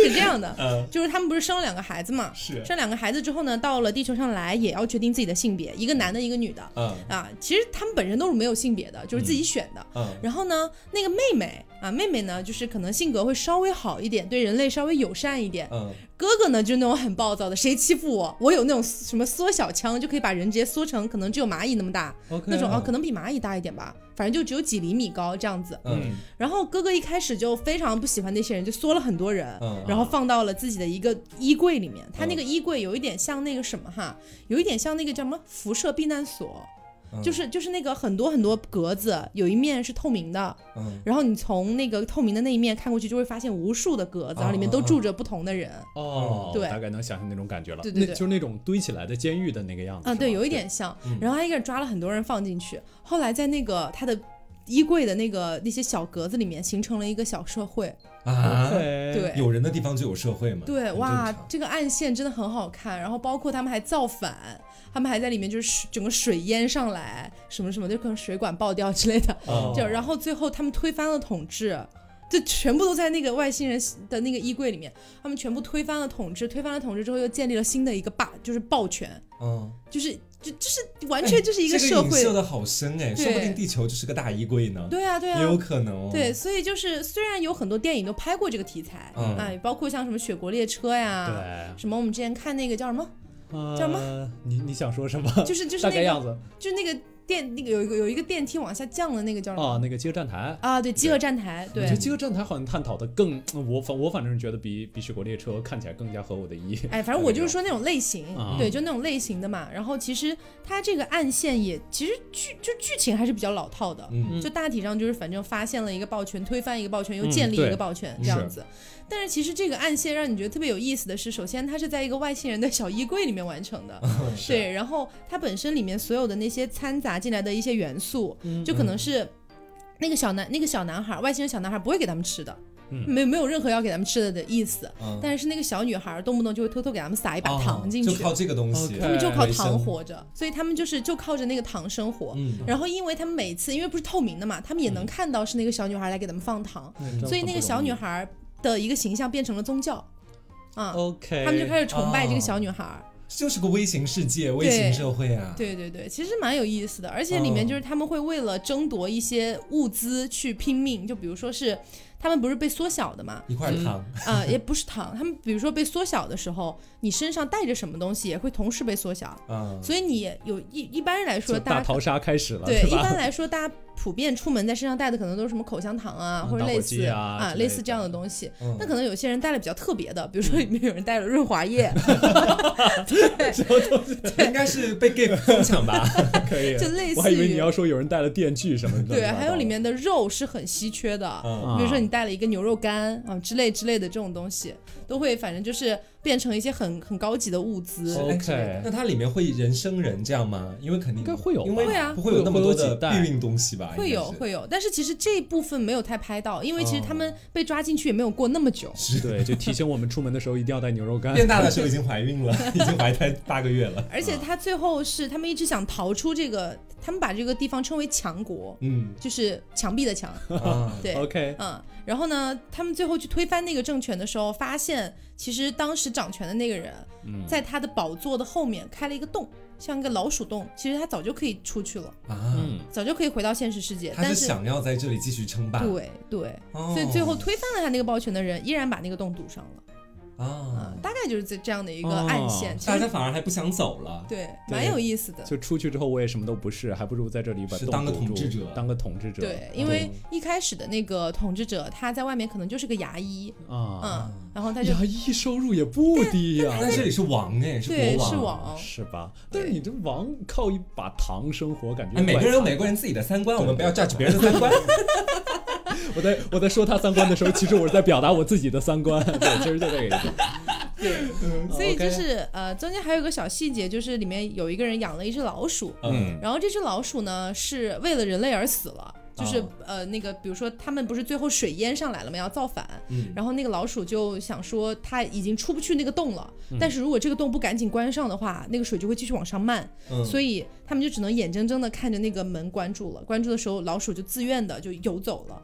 是这样的， 嗯、 就是他们不是生了两个孩子嘛， 是生两个孩子之后呢，到了地球上来也要决定自己的性别，一个男的，一个女的。 嗯啊，其实他们本身都是没有性别的，就是自己选的。 嗯， 然后呢，那个妹妹啊，妹妹呢，就是可能性格会稍微好一点，对人类稍微友善一点。 嗯， 哥哥呢，就是那种很暴躁的，谁欺负我，我有那种什么缩小枪，就可以把人直接缩成可能只有蚂蚁那么大 okay, 那种啊，可能比蚂蚁大一点吧，反正就只有几厘米高这样子。 嗯， 然后哥哥一开始就非常不喜欢那些人，就缩了很多人， 嗯、 然后放到了自己的一个衣柜里面。他那个衣柜有一点像那个什么哈，有一点像那个叫什么辐射避难所。就是就是那个很多很多格子，有一面是透明的， 嗯， 然后你从那个透明的那一面看过去，就会发现无数的格子，然后里面都住着不同的人。 哦， 对， 大概能想象那种感觉了。 对对对， 就是那种堆起来的监狱的那个样子。 啊，对，有一点像。然后他一个人抓了很多人放进去，后来在那个他的衣柜的那个那些小格子里面形成了一个小社会。 啊， 对， 有人的地方就有社会嘛。 对，哇，这个暗线真的很好看。然后包括他们还造反，他们还在里面就是整个水淹上来，什么什么，就可能水管爆掉之类的。 哦、 就然后最后他们推翻了统治，就全部都在那个外星人的那个衣柜里面。他们全部推翻了统治，推翻了统治之后又建立了新的一个霸，就是暴权。 嗯， 就是就就是完全就是一个社会。 哎，这个影射的好深哎，说不定地球就是个大衣柜呢。 对啊对啊， 也有可能哦。 对，所以就是虽然有很多电影都拍过这个题材， 嗯、 啊，包括像什么《雪国列车》呀， 对， 什么我们之前看那个叫什么， 呃、 叫什么？ 你你想说什么？ 就是就是、 那个、大概样子， 就是那个。电那个有一个有一个电梯往下降的那个叫什么？ 哦，那个饥饿站台啊，对，饥饿站台。对， 我觉得饥饿站台好像探讨的更，我反我反正觉得比比雪国列车看起来更加合我的意。 哎，反正我就是说那种类型， 啊、 对，就那种类型的嘛。然后其实它这个暗线也其实剧就剧情还是比较老套的， 嗯， 就大体上就是反正发现了一个暴权，推翻一个暴权，又建立一个暴权、 嗯、 这样子。但是其实这个暗线让你觉得特别有意思的是，首先它是在一个外星人的小衣柜里面完成的，对，然后它本身里面所有的那些掺杂进来的一些元素，嗯、就可能是那个小男那个小男孩，外星人小男孩不会给他们吃的。嗯、没没有任何要给他们吃的的意思、嗯，但是那个小女孩动不动就会偷偷给他们撒一把糖进去， 哦、就靠这个东西， 他们就靠糖活着，所以他们就是就靠着那个糖生活。嗯、然后因为他们每次因为不是透明的嘛，他们也能看到是那个小女孩来给他们放糖，嗯、所以那个小女孩的一个形象变成了宗教，啊 ，OK， 他们就开始崇拜这个小女孩。哦， 就是个微型世界，微型社会啊！ 对对对，其实蛮有意思的，而且里面就是他们会为了争夺一些物资去拼命，就比如说是他们不是被缩小的嘛， 一块糖啊、呃，也不是糖，他们比如说被缩小的时候，你身上带着什么东西也会同时被缩小，嗯，所以你有一一般人来说，大家大逃杀开始了， 对，一般来说大家普遍出门在身上带的可能都是什么口香糖啊， 嗯、 或者类似啊, 啊类似这样的东西、嗯。那可能有些人带了比较特别的，比如说里面有人带了润滑液， 对，什么东西？应该是被 gay 疯抢吧？ 可以， 就类似于， 我还以为你要说有人带了电锯什么的。 对，还有里面的肉是很稀缺的，嗯、比如说你带了一个牛肉干啊之类之类的这种东西，都会反正就是变成一些很很高级的物资。 OK， 那它里面会人生人这样吗？因为肯定应该会有， 因为会啊， 不会有那么多的避孕东西吧？ 会有会有，但是其实这一部分没有太拍到，因为其实他们被抓进去也没有过那么久。 是、 哦，对，就提醒我们出门的时候一定要带牛肉干。 变大的时候已经怀孕了，已经怀胎八个月了。 而且他最后是他们一直想逃出这个，他们把这个地方称为强国，嗯，就是墙壁的墙。 啊、 对 ，OK， 嗯，然后呢，他们最后去推翻那个政权的时候，发现其实当时掌权的那个人，嗯、在他的宝座的后面开了一个洞。像一个老鼠洞，其实他早就可以出去了啊，嗯、早就可以回到现实世界。 他是想要在这里继续称霸， 对对、哦，所以最后推翻了他那个暴权的人，依然把那个洞堵上了。啊、嗯，大概就是这这样的一个暗线、哦， 大家反而还不想走了， 对，蛮有意思的。 就出去之后我也什么都不是，还不如在这里把洞当个统治者， 当个统治者。 对，因为一开始的那个统治者，他在外面可能就是个牙医啊，嗯，然后他就牙医收入也不低呀、啊， 但这里是王哎，是国王， 是王， 是吧？但是你这王靠一把糖生活，感觉哎，每个人有每个人自己的三观，我们不要 judge 别人的三观。 我在我在说他三观的时候，其实我是在表达我自己的三观，对，其实就这个意思。 对，所以就是、okay. 呃，中间还有个小细节，就是里面有一个人养了一只老鼠，嗯，然后这只老鼠呢是为了人类而死了。就是、哦、呃那个，比如说他们不是最后水淹上来了吗？要造反、嗯，然后那个老鼠就想说他已经出不去那个洞了、嗯，但是如果这个洞不赶紧关上的话，那个水就会继续往上漫、嗯，所以他们就只能眼睁睁的看着那个门关住了。关住的时候，老鼠就自愿的就游走了。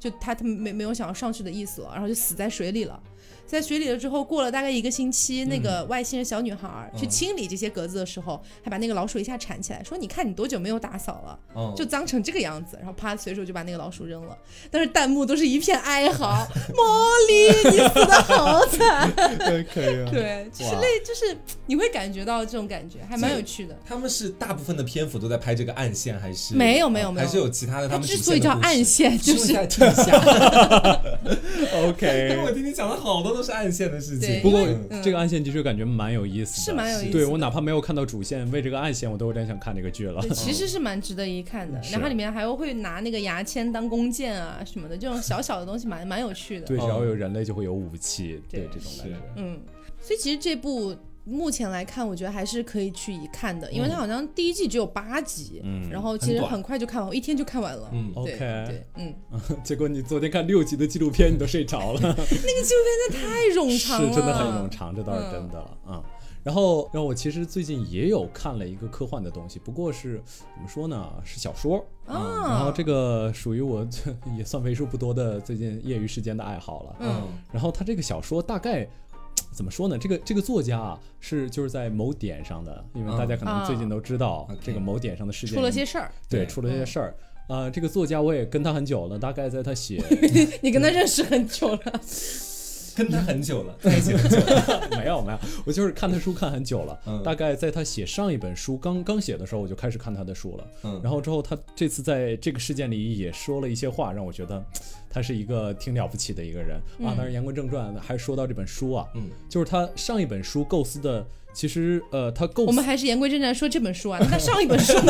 就他他没没有想要上去的意思了，然后就死在水里了。在水里了之后，过了大概一个星期，嗯、那个外星人小女孩去清理这些格子的时候，嗯、还把那个老鼠一下铲起来，说：“你看你多久没有打扫了，嗯、就脏成这个样子。”然后啪，随手就把那个老鼠扔了。但是弹幕都是一片哀嚎：“茉莉，你死得好惨。” 可以啊。 对，就是类，就是你会感觉到这种感觉，还蛮有趣的。 他们是大部分的篇幅都在拍这个暗线，还是没有没有没有， 还是有其他的？他们之所以叫暗线，就是在地下。 OK， 我听你讲了好多都是暗线的事情。 不过、嗯、这个暗线的确感觉蛮有意思的， 是蛮有意思的。 对，我哪怕没有看到主线，为这个暗线我都有点想看这个剧了。 其实是蛮值得一看的。然后里面还会拿那个牙签当弓箭啊什么的，这种小小的东西蛮蛮有趣的。 对，只要有人类就会有武器， 对, 对这种感觉。 嗯，所以其实这部目前来看，我觉得还是可以去一看的，因为它好像第一季只有八集，嗯，然后其实很快就看完，我一天就看完了。 嗯 ，OK， 对，嗯。 结果你昨天看六集的纪录片，你都睡着了。那个纪录片真的太冗长了， 是真的很冗长，这倒是真的了啊。嗯然后，然后我其实最近也有看了一个科幻的东西，不过是怎么说呢？是小说啊、嗯。然后这个属于我也算为数不多的最近业余时间的爱好了。嗯。然后他这个小说大概怎么说呢？这个这个作家啊，是就是在某点上的，因为大家可能最近都知道、嗯、这个某点上的事件出了些事儿。 对，出了些事儿。啊、呃，这个作家我也跟他很久了，大概在他写， 你跟他认识很久了。 跟他很久了，在一起很久了。 没有没有，我就是看他书看很久了。嗯、大概在他写上一本书刚刚写的时候，我就开始看他的书了。嗯，然后之后他这次在这个事件里也说了一些话，让我觉得他是一个挺了不起的一个人、嗯、啊。当然言归正传，还说到这本书啊，嗯，就是他上一本书构思的。其实，呃，他构思， 我们还是言归正传说这本书啊。那他上一本书呢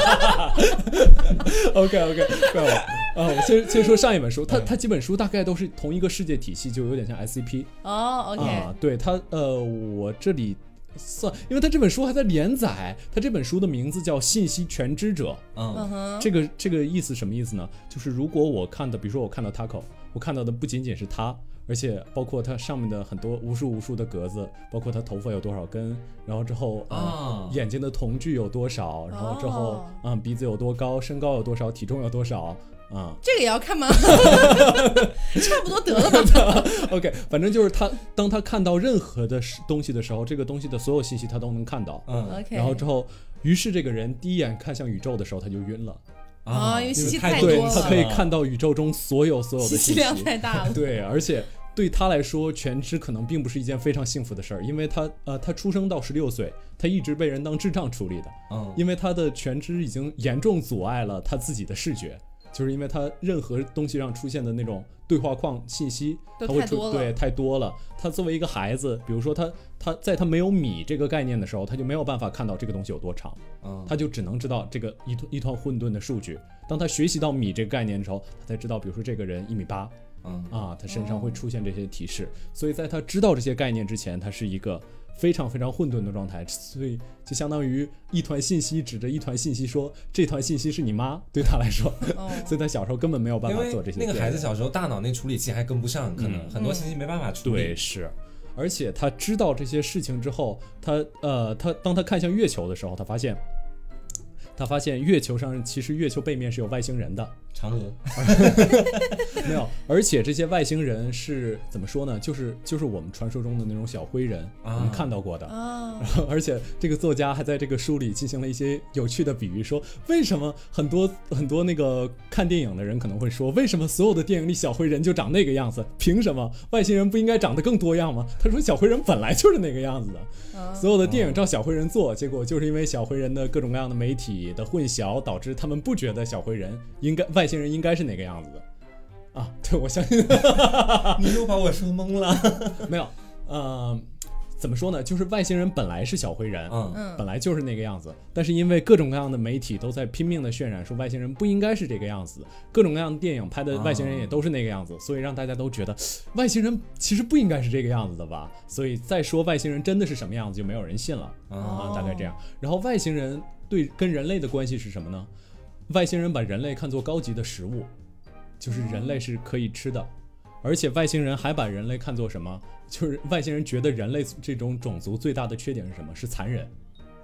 ？OK OK， 怪我啊！我先先说上一本书，他他几本书大概都是同一个世界体系，就有点像 S C P。 哦 ，OK， 啊，对他，呃，我这里算，因为他这本书还在连载，他这本书的名字叫《信息全知者》。嗯，这个这个意思什么意思呢？就是如果我看的，比如说我看到 Taco， 我看到的不仅仅是他。而且包括它上面的很多无数无数的格子，包括它头发有多少根，然后之后、呃哦、眼睛的瞳距有多少，然后之后、哦嗯、鼻子有多高，身高有多少，体重有多少啊、嗯？ 这个也要看吗？差不多得了吧。 OK， 反正就是他当他看到任何的东西的时候，这个东西的所有信息他都能看到。嗯 ，OK。 然后之后，于是这个人第一眼看向宇宙的时候，他就晕了。 啊、哦，因为信息太多了， 对，他可以看到宇宙中所有所有的信息， 信息量太大了。 对，而且对他来说，全知可能并不是一件非常幸福的事儿，因为他呃，他出生到十六岁，他一直被人当智障处理的，嗯，因为他的全知已经严重阻碍了他自己的视觉，就是因为他任何东西上出现的那种对话框信息，他会出对太多了。他作为一个孩子，比如说他他在他没有米这个概念的时候，他就没有办法看到这个东西有多长，嗯，他就只能知道这个一一团混沌的数据。当他学习到米这个概念的时候，他才知道，比如说这个人一米八，嗯啊，他身上会出现这些提示。所以在他知道这些概念之前，他是一个非常非常混沌的状态，所以就相当于一团信息指着一团信息说，这团信息是你妈，对他来说，哦、所以他小时候根本没有办法做这些。 那个孩子小时候大脑那处理器还跟不上，可能很多信息没办法处理。 对，是。而且他知道这些事情之后，他呃，他当他看向月球的时候，他发现。他发现月球上其实月球背面是有外星人的， 嫦娥没有，而且这些外星人是怎么说呢？就是就是我们传说中的那种小灰人，啊、我们看到过的。啊、然后而且这个作家还在这个书里进行了一些有趣的比喻，说为什么很多很多那个看电影的人可能会说，为什么所有的电影里小灰人就长那个样子？凭什么外星人不应该长得更多样吗？他说小灰人本来就是那个样子的，啊、所有的电影照小灰人做，结果就是因为小灰人的各种各样的媒体的混淆，导致他们不觉得小灰人应该外星人应该是哪个样子的啊？对，我相信你又把我说懵了。 没有，呃，怎么说呢？就是外星人本来是小灰人，嗯，本来就是那个样子，但是因为各种各样的媒体都在拼命的渲染说外星人不应该是这个样子，各种各样的电影拍的外星人也都是那个样子，所以让大家都觉得外星人其实不应该是这个样子的吧？所以再说外星人真的是什么样子，就没有人信了啊，大概这样。然后外星人对跟人类的关系是什么呢？外星人把人类看作高级的食物，就是人类是可以吃的，而且外星人还把人类看作什么？就是外星人觉得人类这种种族最大的缺点是什么？是残忍。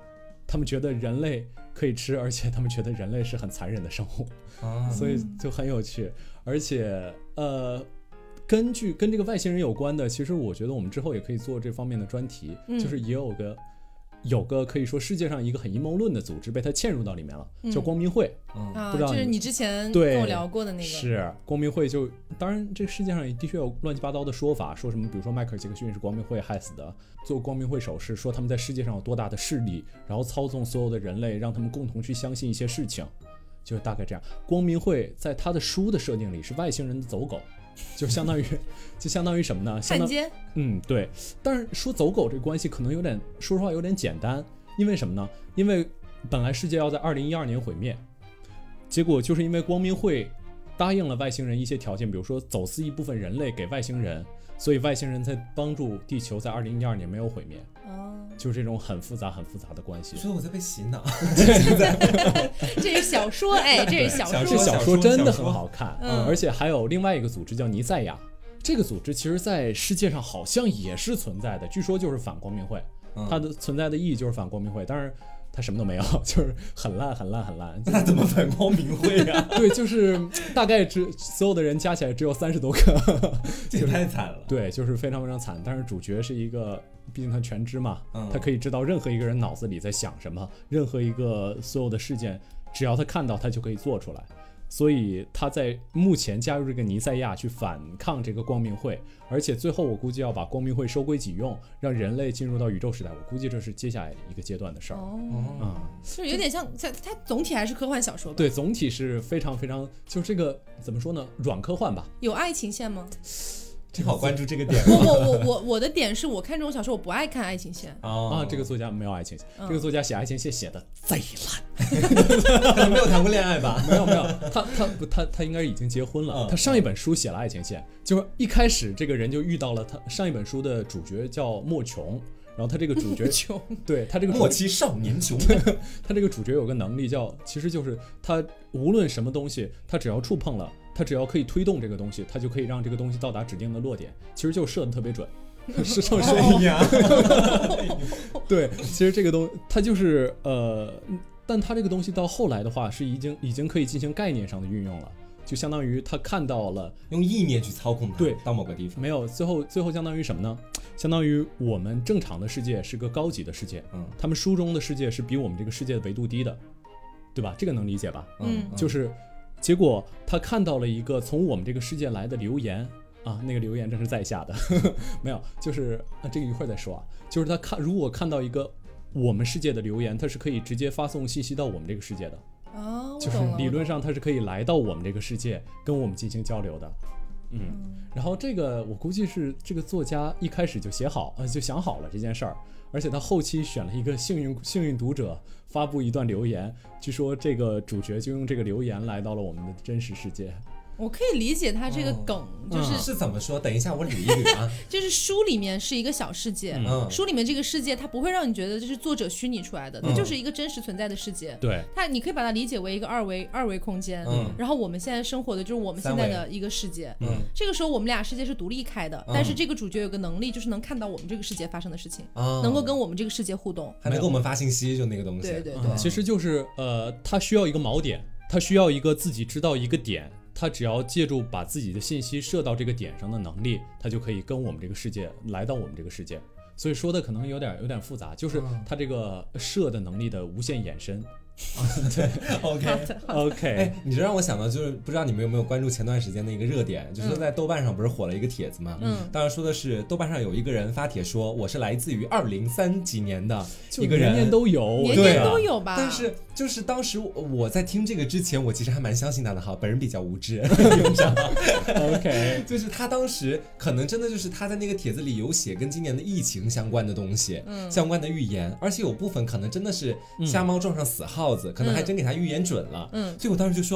他们觉得人类可以吃，而且他们觉得人类是很残忍的生物，啊、所以就很有趣。而且呃，根据跟这个外星人有关的，其实我觉得我们之后也可以做这方面的专题，嗯、就是也有个。有个可以说世界上一个很阴谋论的组织被它嵌入到里面了，嗯、叫光明会。 嗯，不知道就是你之前跟我聊过的那个。 是光明会就，当然这个世界上也的确有乱七八糟的说法，说什么比如说迈克尔·杰克逊是光明会害死的，做光明会手势，说他们在世界上有多大的势力，然后操纵所有的人类，让他们共同去相信一些事情，就大概这样。光明会在他的书的设定里是外星人的走狗。就相当于，就相当于什么呢？ 汉奸。 嗯，对。但是说走狗这个关系可能有点，说实话有点简单，因为什么呢？因为本来世界要在二零一二年毁灭，结果就是因为光明会答应了外星人一些条件，比如说走私一部分人类给外星人，所以外星人才帮助地球在二零一二年没有毁灭。哦，就是这种很复杂、很复杂的关系。 所以我在被洗脑。 这是小说，哎，这是小说。 这小说真的很好看，嗯，而且还有另外一个组织叫尼赛亚，这个组织其实在世界上好像也是存在的，据说就是反光明会，嗯、它的存在的意义就是反光明会，当然。他什么都没有，就是很烂很烂很烂。 那怎么反光明会啊？ 对，就是大概只所有的人加起来只有三十多个， 这也太惨了。 对，就是非常非常惨。但是主角是一个，毕竟他全知嘛，嗯、他可以知道任何一个人脑子里在想什么，任何一个所有的事件，只要他看到，他就可以做出来。所以他在目前加入这个尼赛亚去反抗这个光明会，而且最后我估计要把光明会收归己用，让人类进入到宇宙时代。我估计这是接下来一个阶段的事儿。哦， 嗯，就是有点像，它它总体还是科幻小说吧？ 对，总体是非常非常，就是这个怎么说呢？软科幻吧。 有爱情线吗？ 真好关注这个点。 我我我我我的点是我看这种小说，我不爱看爱情线。 哦、啊，这个作家没有爱情线，嗯、这个作家写爱情线写的贼烂， 可能没有谈过恋爱吧？ 没有没有，他他不他他应该已经结婚了。嗯、他上一本书写了爱情线，就是一开始这个人就遇到了他上一本书的主角叫莫琼。然后他这个主角，对他这个莫欺少年穷， 他这个主角有个能力叫，其实就是他无论什么东西，他只要触碰了，他只要可以推动这个东西，他就可以让这个东西到达指定的落点，其实就射得特别准，是这么说呀。 对，其实这个东他就是呃，但他这个东西到后来的话，是已经已经可以进行概念上的运用了。就相当于他看到了用意念去操控它， 对， 到某个地方没有，最后最后相当于什么呢？相当于我们正常的世界是个高级的世界，嗯，他们书中的世界是比我们这个世界的维度低的，对吧？这个能理解吧？嗯，就是结果他看到了一个从我们这个世界来的留言啊，那个留言真是在下的，呵呵没有，就是啊，这个一会儿再说啊，就是他看如果看到一个我们世界的留言，它是可以直接发送信息到我们这个世界的。 哦， 就是理论上它是可以来到我们这个世界跟我们进行交流的，嗯，嗯然后这个我估计是这个作家一开始就写好，呃，就想好了这件事儿，而且他后期选了一个幸运幸运读者发布一段留言，据说这个主角就用这个留言来到了我们的真实世界。 我可以理解他这个梗，哦、就是、 嗯、是怎么说？等一下，我捋一捋啊。 就是书里面是一个小世界，嗯、书里面这个世界它不会让你觉得这是作者虚拟出来的，它、嗯、就是一个真实存在的世界。 对， 它你可以把它理解为一个二维二维空间，嗯、然后我们现在生活的就是我们现在的一个世界。嗯，这个时候我们俩世界是独立开的，嗯、但是这个主角有个能力，就是能看到我们这个世界发生的事情，嗯、能够跟我们这个世界互动， 还能给我们发信息，就那个东西。 对对对， 嗯、其实就是呃，他需要一个锚点，他需要一个自己知道一个点。他只要借助把自己的信息射到这个点上的能力，他就可以跟我们这个世界来到我们这个世界。所以说的可能有点有点复杂，就是他这个射的能力的无限延伸。 对 ，OK OK， 哎，你这让我想到，就是不知道你们有没有关注前段时间的一个热点，就是在豆瓣上不是火了一个帖子嘛？嗯，当然说的是豆瓣上有一个人发帖说，我是来自于二零三几年的一个人， 年年都有， 年年都有吧？ 但是就是当时我在听这个之前，我其实还蛮相信他的哈，本人比较无知 ，OK， 就是他当时可能真的就是他在那个帖子里有写跟今年的疫情相关的东西，嗯，相关的预言，而且有部分可能真的是瞎猫撞上死耗。耗子可能还真给他预言准了，嗯，所以我当时就说，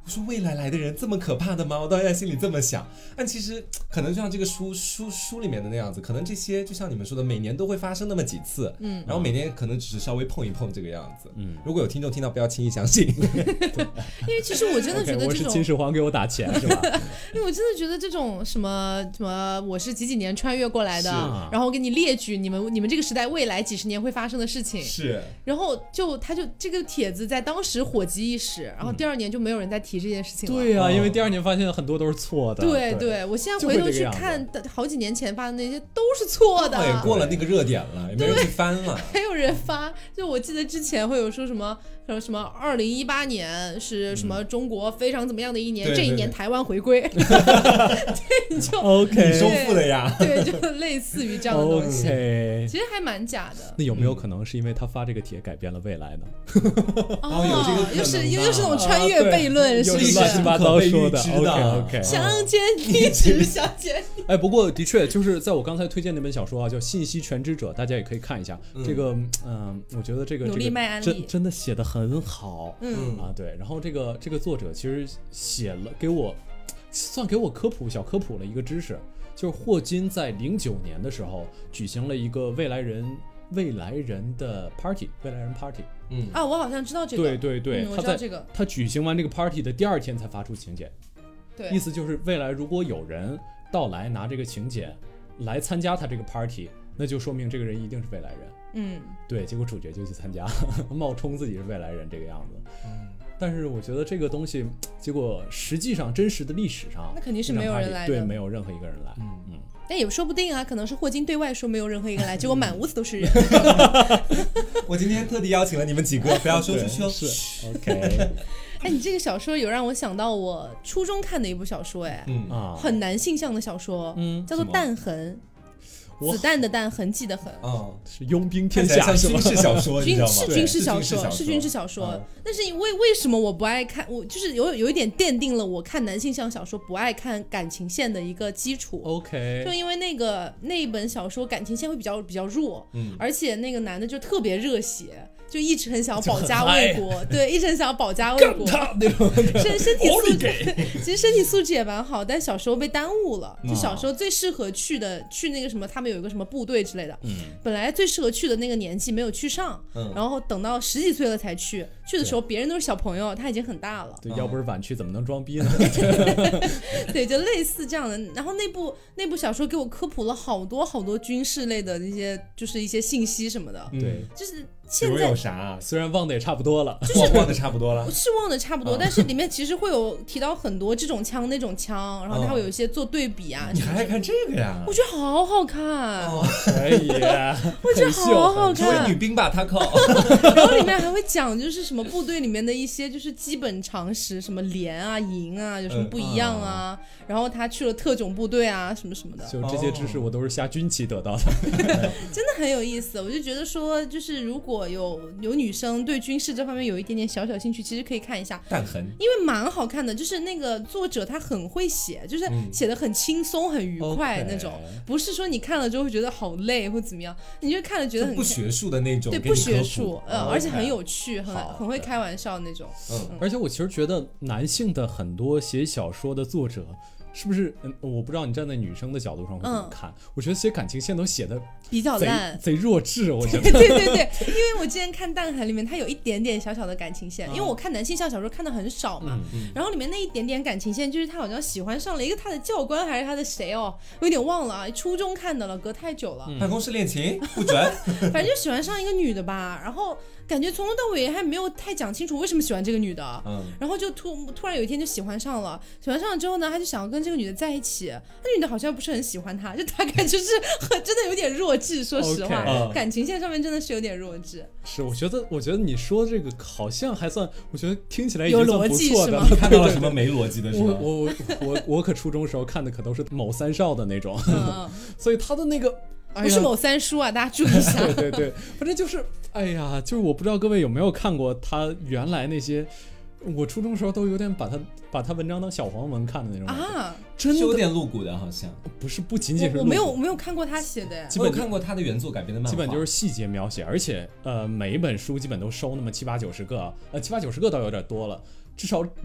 我说未来来的人这么可怕的吗？我到现在心里这么想。但其实可能就像这个书书书里面的那样子，可能这些就像你们说的，每年都会发生那么几次，嗯，然后每年可能只是稍微碰一碰这个样子，嗯。如果有听众听到，不要轻易相信。 因为其实我真的觉得这种， okay, 我是秦始皇给我打钱是吧？ 因为我真的觉得这种什么什么，我是几几年穿越过来的，然后给你列举你们你们这个时代未来几十年会发生的事情， 是， 然后就他就这个帖子在当时火极一时，然后第二年就没有人再提这件事情了。 对呀、啊，因为第二年发现很多都是错的。 对 对, 对，我现在回头去看好几年前发的那些都是错的。 也过了那个热点了，也没人去翻了。 还有人发，就我记得之前会有说什么什么二零一八年是什么中国非常怎么样的一年，嗯、这一年台湾回归。对，就 OK 你收复了呀。 对，就类似于这样的东西。 Okay, 其实还蛮假的。 那有没有可能是因为他发这个帖改变了未来呢？ 哦， 有这个又是又是那种穿越悖论，是不是？ 乱七八糟说的。OK OK。 想见你，只想见你。 哎，不过的确就是在我刚才推荐那本小说啊，叫《信息全知者》，大家也可以看一下。嗯、这个，嗯、呃，我觉得这个努力卖安利， 真真的写的很好。 嗯啊，对。然后这个这个作者其实写了给我，算给我科普小科普了一个知识，就是霍金在零九年的时候举行了一个未来人未来人的 party， 未来人 party。 嗯啊，我好像知道这个。 对对对， 嗯、 他在这个他举行完这个 party 的第二天才发出请柬。 对， 意思就是未来如果有人到来拿这个请柬来参加他这个 party， 那就说明这个人一定是未来人。 嗯， 对，结果主角就去参加，冒充自己是未来人这个样子。 嗯， 但是我觉得这个东西，结果实际上真实的历史上， 那肯定是没有人来的， 对，没有任何一个人来。 嗯嗯， 但也说不定啊，可能是霍金对外说没有任何一个人来，结果满屋子都是人。 我今天特地邀请了你们几个，不要说出去哦。 是 OK。 哎，你这个小说有让我想到我初中看的一部小说，哎， 嗯啊， 很男性向的小说， 嗯， 叫做《弹痕》。子弹的弹，痕迹的痕， 嗯， 是佣兵天下是军事小说，你知道吗？ 是军事小说，是军事小说。嗯、但是为为什么我不爱看？我就是有有一点奠定了我看男性向小说不爱看感情线的一个基础。 OK， 就因为那个那一本小说感情线会比较比较弱， 嗯， 而且那个男的就特别热血。就一直很想要保家卫国，对，一直很想要保家卫国，身身体素质，其实身体素质也蛮好，但小时候被耽误了。就小时候最适合去的，去那个什么，他们有一个什么部队之类的， 嗯， 本来最适合去的那个年纪没有去上， 嗯， 然后等到十几岁了才去，去的时候别人都是小朋友，他已经很大了。 对，要不是晚去怎么能装逼呢？ 对，就类似这样的。然后那部那部小说给我科普了好多好多军事类的那些，就是一些信息什么的。 对， 就是现在有啥、啊？ 虽然忘的也差不多了， 就是忘的差不多了， 是忘的差不多，嗯、但是里面其实会有提到很多这种枪那种枪，然后它会有一些做对比啊。 嗯、你还爱看这个呀？ 我觉得好好看， 哦、 可以， 我觉得好好看。 成为女兵吧，他靠。 然后里面还会讲就是什么部队里面的一些就是基本常识，什么连啊、营啊有什么不一样啊。嗯、然后他去了特种部队啊，什么什么的。 就这些知识我都是下军棋得到的， 真的很有意思。我就觉得说，就是如果有有女生对军事这方面有一点点小小兴趣，其实可以看一下弹痕， 因为蛮好看的。就是那个作者他很会写，就是写的很轻松、很愉快那种， 嗯 okay、 不是说你看了之后会觉得好累或怎么样，你就看了觉得很不学术的那种， 对，不学术，呃， 哦、 而且很有趣，很很会开玩笑那种。 嗯， 而且我其实觉得男性的很多写小说的作者。是不是？嗯，我不知道你站在女生的角度上会怎么看。嗯、我觉得写感情线都写的比较烂， 贼弱智。我觉得。 对对对，因为我之前看《弹痕》里面，它有一点点小小的感情线，嗯、因为我看男性向小说看的很少嘛。 嗯嗯、 然后里面那一点点感情线，就是他好像喜欢上了一个他的教官还是他的谁哦，我有点忘了啊，初中看的了，隔太久了。 嗯、办公室恋情不准， 反正就喜欢上一个女的吧，然后。感觉从头到尾还没有太讲清楚为什么喜欢这个女的， 嗯， 然后就突突然有一天就喜欢上了，喜欢上了之后呢，他就想要跟这个女的在一起，那女的好像不是很喜欢他，就大概就是很真的有点弱智，说实话， okay, 感情线上面真的是有点弱智。 是，我觉得，我觉得你说这个好像还算，我觉得听起来已经算不错的。 看到了什么没逻辑的是吧？ 我我我我可初中时候看的可都是某三少的那种， 嗯、 所以他的那个。 不是某三叔啊，大家注意一下。 对对对，反正就是，哎呀，就是我不知道各位有没有看过他原来那些，我初中时候都有点把他把他文章当小黄文看的那种啊， 真的有点露骨的，好像不是不仅仅是我, 我没有我没有看过他写的， 我有看过他的原作改编的漫画， 基本就是细节描写，而且呃每一本书基本都收那么七八九十个，呃七八九十个倒有点多了，至少连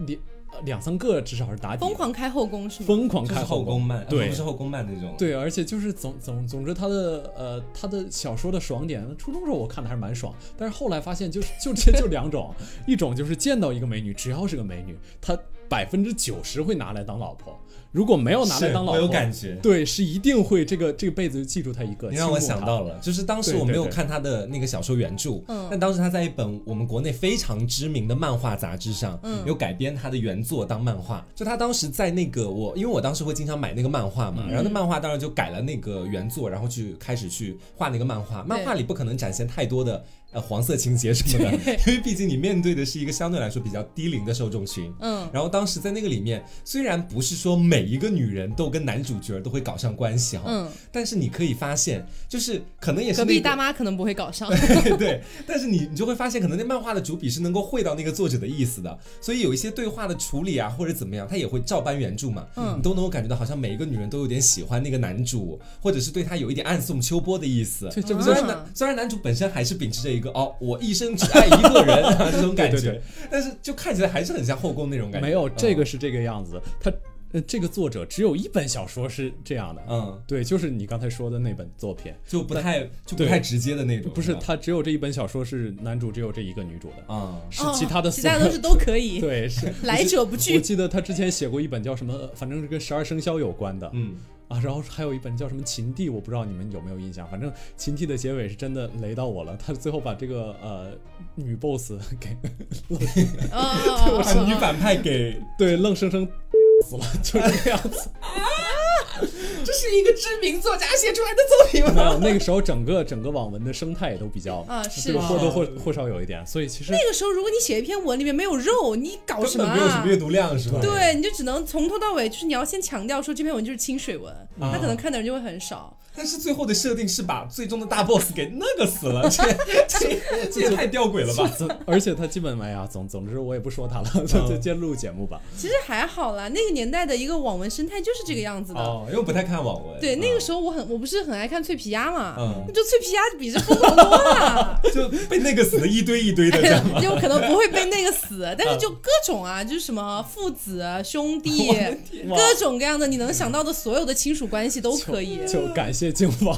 两三个至少是打底， 疯狂开后宫是吗？ 疯狂开后宫漫， 对， 不是后宫漫那种。 对，而且就是总总总之他的呃他的小说的爽点，初中时候我看的还是蛮爽，但是后来发现就是就这就两种，一种就是见到一个美女，只要是个美女，他百分之九十会拿来当老婆。如果没有拿来当老婆， 我有感觉， 对，是一定会这个这个辈子就记住他一个。 你让我想到了，就是当时我没有看他的那个小说原著， 嗯， 但当时他在一本我们国内非常知名的漫画杂志上，嗯，有改编他的原作当漫画。就他当时在那个我，因为我当时会经常买那个漫画嘛，嗯，然后那漫画当然就改了那个原作，然后去开始去画那个漫画。漫画里不可能展现太多的呃黄色情节什么的，因为毕竟你面对的是一个相对来说比较低龄的受众群，嗯，然后当时在那个里面，虽然不是说每一个女人都跟男主角都会搞上关系哈，嗯，但是你可以发现，就是可能也是、那个、 隔壁大妈可能不会搞上， 对对，但是你你就会发现，可能那漫画的主笔是能够会到那个作者的意思的，所以有一些对话的处理啊，或者怎么样，他也会照搬原著嘛，嗯，你都能够感觉到，好像每一个女人都有点喜欢那个男主，或者是对他有一点暗送秋波的意思。 对，这不虽然男虽然男主本身还是秉持着一个哦，我一生只爱一个人啊这种感觉，对对对，但是就看起来还是很像后宫那种感觉。 没有，这个是这个样子，他。呃，这个作者只有一本小说是这样的，嗯，对，就是你刚才说的那本作品， 就不太就不太直接的那种。 不是，他只有这一本小说是男主只有这一个女主的，啊、嗯，是其他的、哦， 其他都是都可以， 对，是来者不拒。 我记得他之前写过一本叫什么，反正是跟十二生肖有关的，嗯。啊，然后还有一本叫什么《秦帝》，我不知道你们有没有印象。反正《秦帝》的结尾是真的雷到我了，他最后把这个呃女 boss 给， 把女反派给对愣生生死了，就这个样子。 这是一个知名作家写出来的作品吗？ 没有，那个时候整个整个网文的生态也都比较啊，是或多或或少有一点，所以其实那个时候，如果你写一篇文里面没有肉，你搞什么、啊？ 根本没有什么阅读量，是吧？ 对，你就只能从头到尾，就是你要先强调说这篇文就是清水文，他、啊、可能看的人就会很少。 但是最后的设定是把最终的大 boss 给那个死了，这这这也太吊诡了吧！ 而且他基本哎呀，总总之我也不说他了，就就接录节目吧。 其实还好啦，那个年代的一个网文生态就是这个样子的。 哦，因为我不太看网文。 对，那个时候我很我不是很爱看脆皮鸭嘛，嗯，就脆皮鸭比这疯狂多了， 就被那个死的一堆一堆的，这样吗？ 有可能不会被那个死，但是就各种啊，就是什么父子、兄弟，各种各样的你能想到的所有的亲属关系都可以。 就, 就感谢靖王。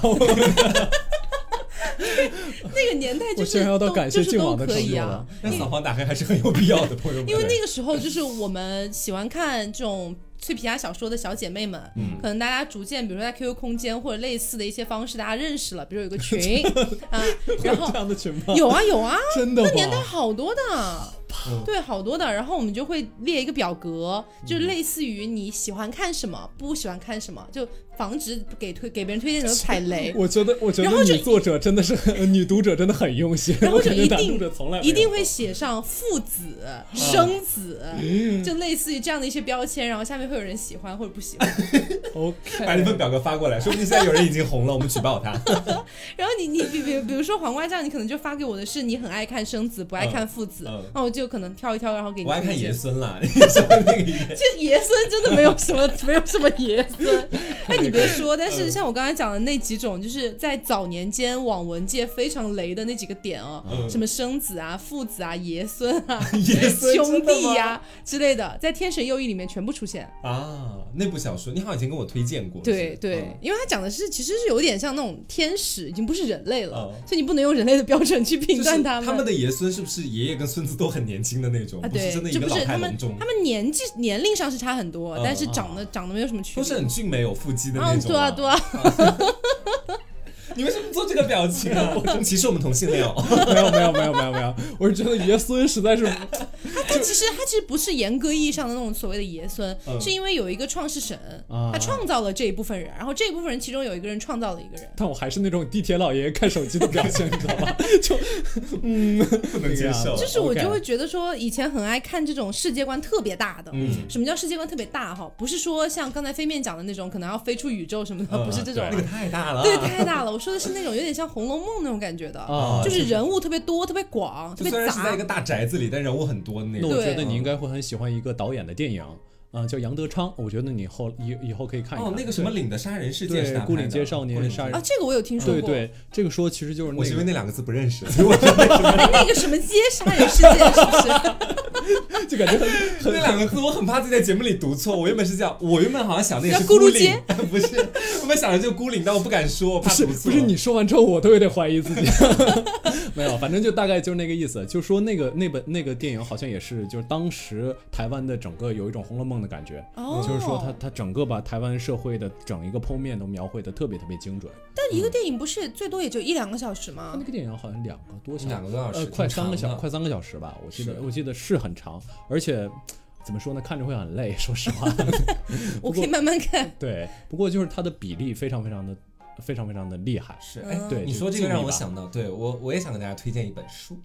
那个年代就是我现在要到感谢靖王的程度了。 那扫黄打黑还是很有必要的，朋友们。 因为那个时候就是我们喜欢看这种脆皮鸭小说的小姐妹们，嗯，可能大家逐渐，比如说在 Q Q 空间或者类似的一些方式，大家认识了，比如有一个群啊，然后这样的群吗？ 有啊有啊， 真的吗？ 那年代好多的。嗯、对，好多的，然后我们就会列一个表格，就类似于你喜欢看什么，不喜欢看什么，就防止给推给别人推荐什么踩雷。 我觉得，我觉得女作者真的是女读者真的很用心， 然后就一定一定会会写上父子、生子，嗯、就类似于这样的一些标签，然后下面会有人喜欢或者不喜欢。 OK， 把那份表格发过来，说不定现在有人已经红了，我们举报他。 然后你你比比比如说黄瓜酱，你可能就发给我的是你很爱看生子，不爱看父子，嗯嗯、那我就可能挑一挑，然后给你。 我爱看爷孙啦，这爷孙真的没有什么，没有什么爷孙。哎，你别说，但是像我刚才讲的那几种，就是在早年间网文界非常雷的那几个点哦，嗯、什么生子啊、父子啊、爷孙啊、 爷孙兄弟呀、啊、之类的，在《天神右翼》里面全部出现啊。那部小说你好像以前跟我推荐过。 对对、嗯，因为它讲的是其实是有点像那种天使，已经不是人类了，嗯、所以你不能用人类的标准去评断他们。 他们的爷孙是不是爷爷跟孙子都很年轻的那种？ 啊，对， 不是真的一个老态龙钟。 他们年纪年龄上是差很多，嗯、但是长得、嗯、长得没有什么区别， 都是很俊美有腹肌的那种、 啊。对啊对啊。 你为什么做这个表情啊？我歧视我们同性恋哦？ 没有没有没有没有没有，我是觉得爷孙实在是， 他其实他其实不是严格意义上的那种所谓的爷孙，嗯、是因为有一个创世神，啊、他创造了这一部分人，然后这一部分人其中有一个人创造了一个人。 但我还是那种地铁老爷爷看手机的表情，你知道吗？就嗯， 不能接受。 就是我就会觉得说，以前很爱看这种世界观特别大的。嗯，什么叫世界观特别大？哈，不是说像刚才飞面讲的那种，可能要飞出宇宙什么的，嗯、不是这种。 那个太大了。 对，太大了。我说的是那种有点像《红楼梦》那种感觉的，哦、就是人物特别多、特别广、特别杂。 虽然是在一个大宅子里，但人物很多的那种。 那我觉得你应该会很喜欢一个导演的电影。嗯，叫杨德昌，我觉得你后以以后可以看一看。 哦，那个什么岭的杀人事件是他拍的， 孤岭街少年杀人啊，这个我有听说过。 对对，这个说其实就是、那个、 我是因为那两个字不认识，所以我觉得哎，那个什么街杀人事件是不是？ 就感觉很很那两个字我很怕自己在节目里读错。我原本是叫，我原本好像想那个是咕噜岭，不是，我本想的就孤岭，但我不敢说，我怕读错。 不是，不是你说完之后我都有点怀疑自己。没有，反正就大概就是那个意思，就说那个那本那个电影好像也是，就是当时台湾的整个有一种《红楼梦》的感觉， 哦、 就是说它它整个把台湾社会的整一个剖面都描绘的特别特别精准。 但一个电影不是最多也就一两个小时吗？ 那个电影好像两个多小时， 两个多小时， 呃，快三个小快三个小时吧，我记得我记得是很长，而且。怎么说呢？看着会很累，说实话。 我可以慢慢看。 对，不过就是它的比例非常非常的、非常非常的厉害。 是，哎，对，你说这个让我想到，对我我也想给大家推荐一本书。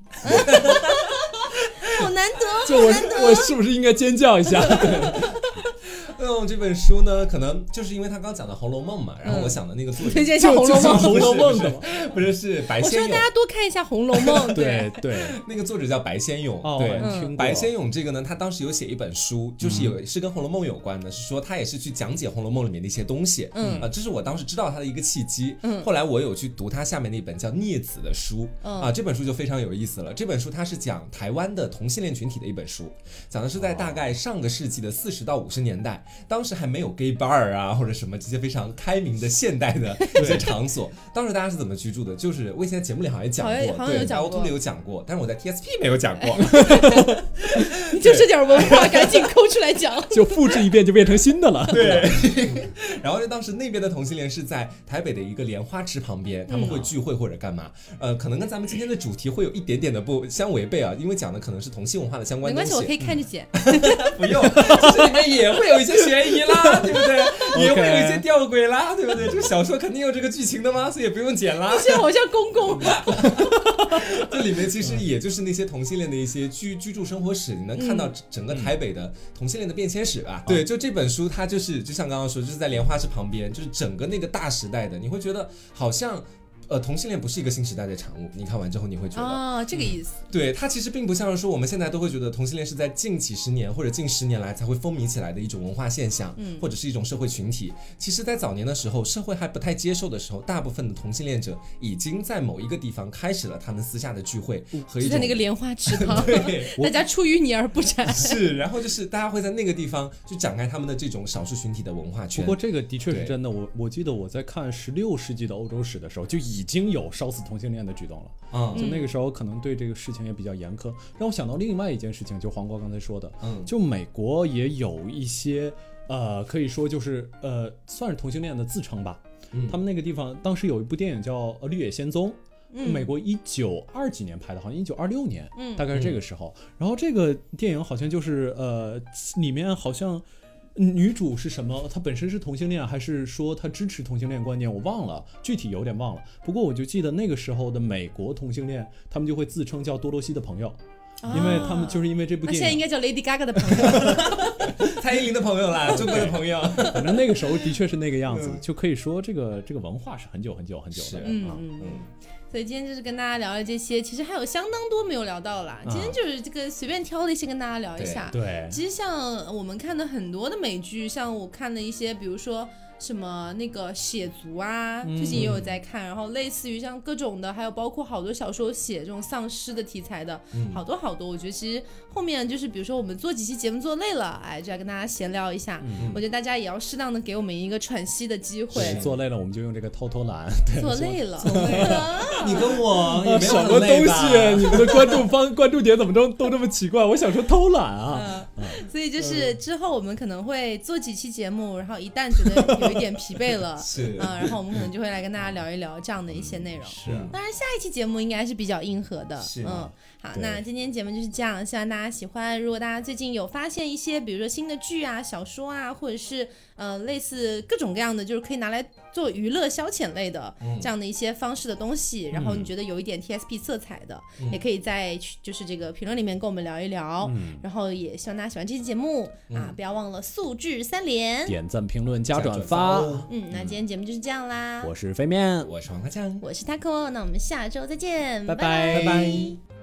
好难得， 就我我是不是应该尖叫一下？ 嗯，这本书呢，可能就是因为他刚讲的《红楼梦》嘛，然后我想的那个作者推荐一下《红楼梦》， 《红楼梦》的吗？不是，是白先勇。 我说大家多看一下《红楼梦》。 对对， 那个作者叫白先勇。 哦、 对、 嗯， 白先勇这个呢，他当时有写一本书，就是有、嗯、是跟《红楼梦》有关的，是说他也是去讲解《红楼梦》里面的一些东西。嗯啊、呃，这是我当时知道他的一个契机。嗯，后来我有去读他下面那本叫《孽子》的书。嗯啊，这本书就非常有意思了。这本书它是讲台湾的同性恋群体的一本书，讲的是在大概上个世纪的四十到五十年代，当时还没有 gay bar 啊或者什么这些非常开明的现代的一些场所，当时大家是怎么居住的？就是我以前节目里好像也讲过，对，在凹凸里有讲过，但是我在 T S P 没有讲过。 你就这点文化，赶紧抠出来讲， 就复制一遍就变成新的了。 对。然后当时那边的同性恋是在台北的一个莲花池旁边，他们会聚会或者干嘛？呃，可能跟咱们今天的主题会有一点点的不相违背啊，因为讲的可能是同性文化的相关东西。 没关系，我可以看着剪。 不用，这里面也会有一些悬疑啦，对不对？也会有一些吊诡啦，对不对？这个小说肯定有这个剧情的嘛，所以也不用剪啦。 现在好像公公。 这里面其实也就是那些同性恋的一些居居住生活史，你能看到整个台北的同性恋的变迁史吧？嗯、对，就这本书，它就是就像刚刚说，就是在莲花池旁边，就是整个那个大时代的，你会觉得好像。呃，同性恋不是一个新时代的产物，你看完之后你会觉得啊、哦，这个意思。 嗯、对，它其实并不像是说我们现在都会觉得同性恋是在近几十年或者近十年来才会风靡起来的一种文化现象，嗯，或者是一种社会群体。其实，在早年的时候，社会还不太接受的时候，大部分的同性恋者已经在某一个地方开始了他们私下的聚会和一种在那个莲花池旁， 对， 大家出淤泥而不染。 是，然后就是大家会在那个地方去展开他们的这种少数群体的文化圈。 不过这个的确是真的，我我记得我在看十六世纪的欧洲史的时候，就已经有烧死同性恋的举动了，嗯，就那个时候可能对这个事情也比较严苛，让我想到另外一件事情，就黄瓜刚才说的，嗯，就美国也有一些呃，可以说就是呃，算是同性恋的自称吧，嗯，他们那个地方当时有一部电影叫《绿野仙踪》。嗯、美国一九二几年拍的，好像一九二六年，嗯，大概是这个时候。嗯、然后这个电影好像就是呃，里面好像女主是什么？她本身是同性恋，还是说她支持同性恋观念？我忘了，具体有点忘了。不过我就记得那个时候的美国同性恋，他们就会自称叫多罗西的朋友。因为他们就是因为这部电影， 他现在应该叫 Lady Gaga 的朋友， 蔡依林的朋友啦，中国的朋友。 反正那个时候的确是那个样子，嗯、就可以说这个这个文化是很久很久很久的。 嗯嗯嗯。所以今天就是跟大家聊了这些，其实还有相当多没有聊到啦。今天就是这个随便挑了一些跟大家聊一下。 对。对其实像我们看的很多的美剧，像我看了一些，比如说。什么那个血族啊，最近也有在看，嗯、然后类似于像各种的，还有包括好多小说写这种丧尸的题材的，嗯、好多好多。我觉得其实后面就是比如说我们做几期节目做累了，哎，就来跟大家闲聊一下。嗯、我觉得大家也要适当的给我们一个喘息的机会。 做累了我们就用这个偷偷懒。 做累了， 做累了。你跟我也没有什么东西？你们的关注方关注点怎么都都这么奇怪？我想说偷懒啊。 嗯、所以就是之后我们可能会做几期节目，然后一旦觉得有一点疲惫了， 是啊、呃，然后我们可能就会来跟大家聊一聊这样的一些内容。 是， 当然下一期节目应该是比较硬核的。 是， 嗯，好，那今天节目就是这样，希望大家喜欢。如果大家最近有发现一些，比如说新的剧啊、小说啊，或者是呃类似各种各样的，就是可以拿来做娱乐消遣类的、嗯、这样的一些方式的东西，然后你觉得有一点 T S P 色彩的，嗯、也可以在就是这个评论里面跟我们聊一聊。嗯、然后也希望大家喜欢这期节目、嗯、啊，不要忘了素质三连， 点赞、评论、加转发。 嗯，那今天节目就是这样啦。 我是飞面， 我是黄瓜酱， 我是 Taco， 那我们下周再见， 拜拜拜。拜拜。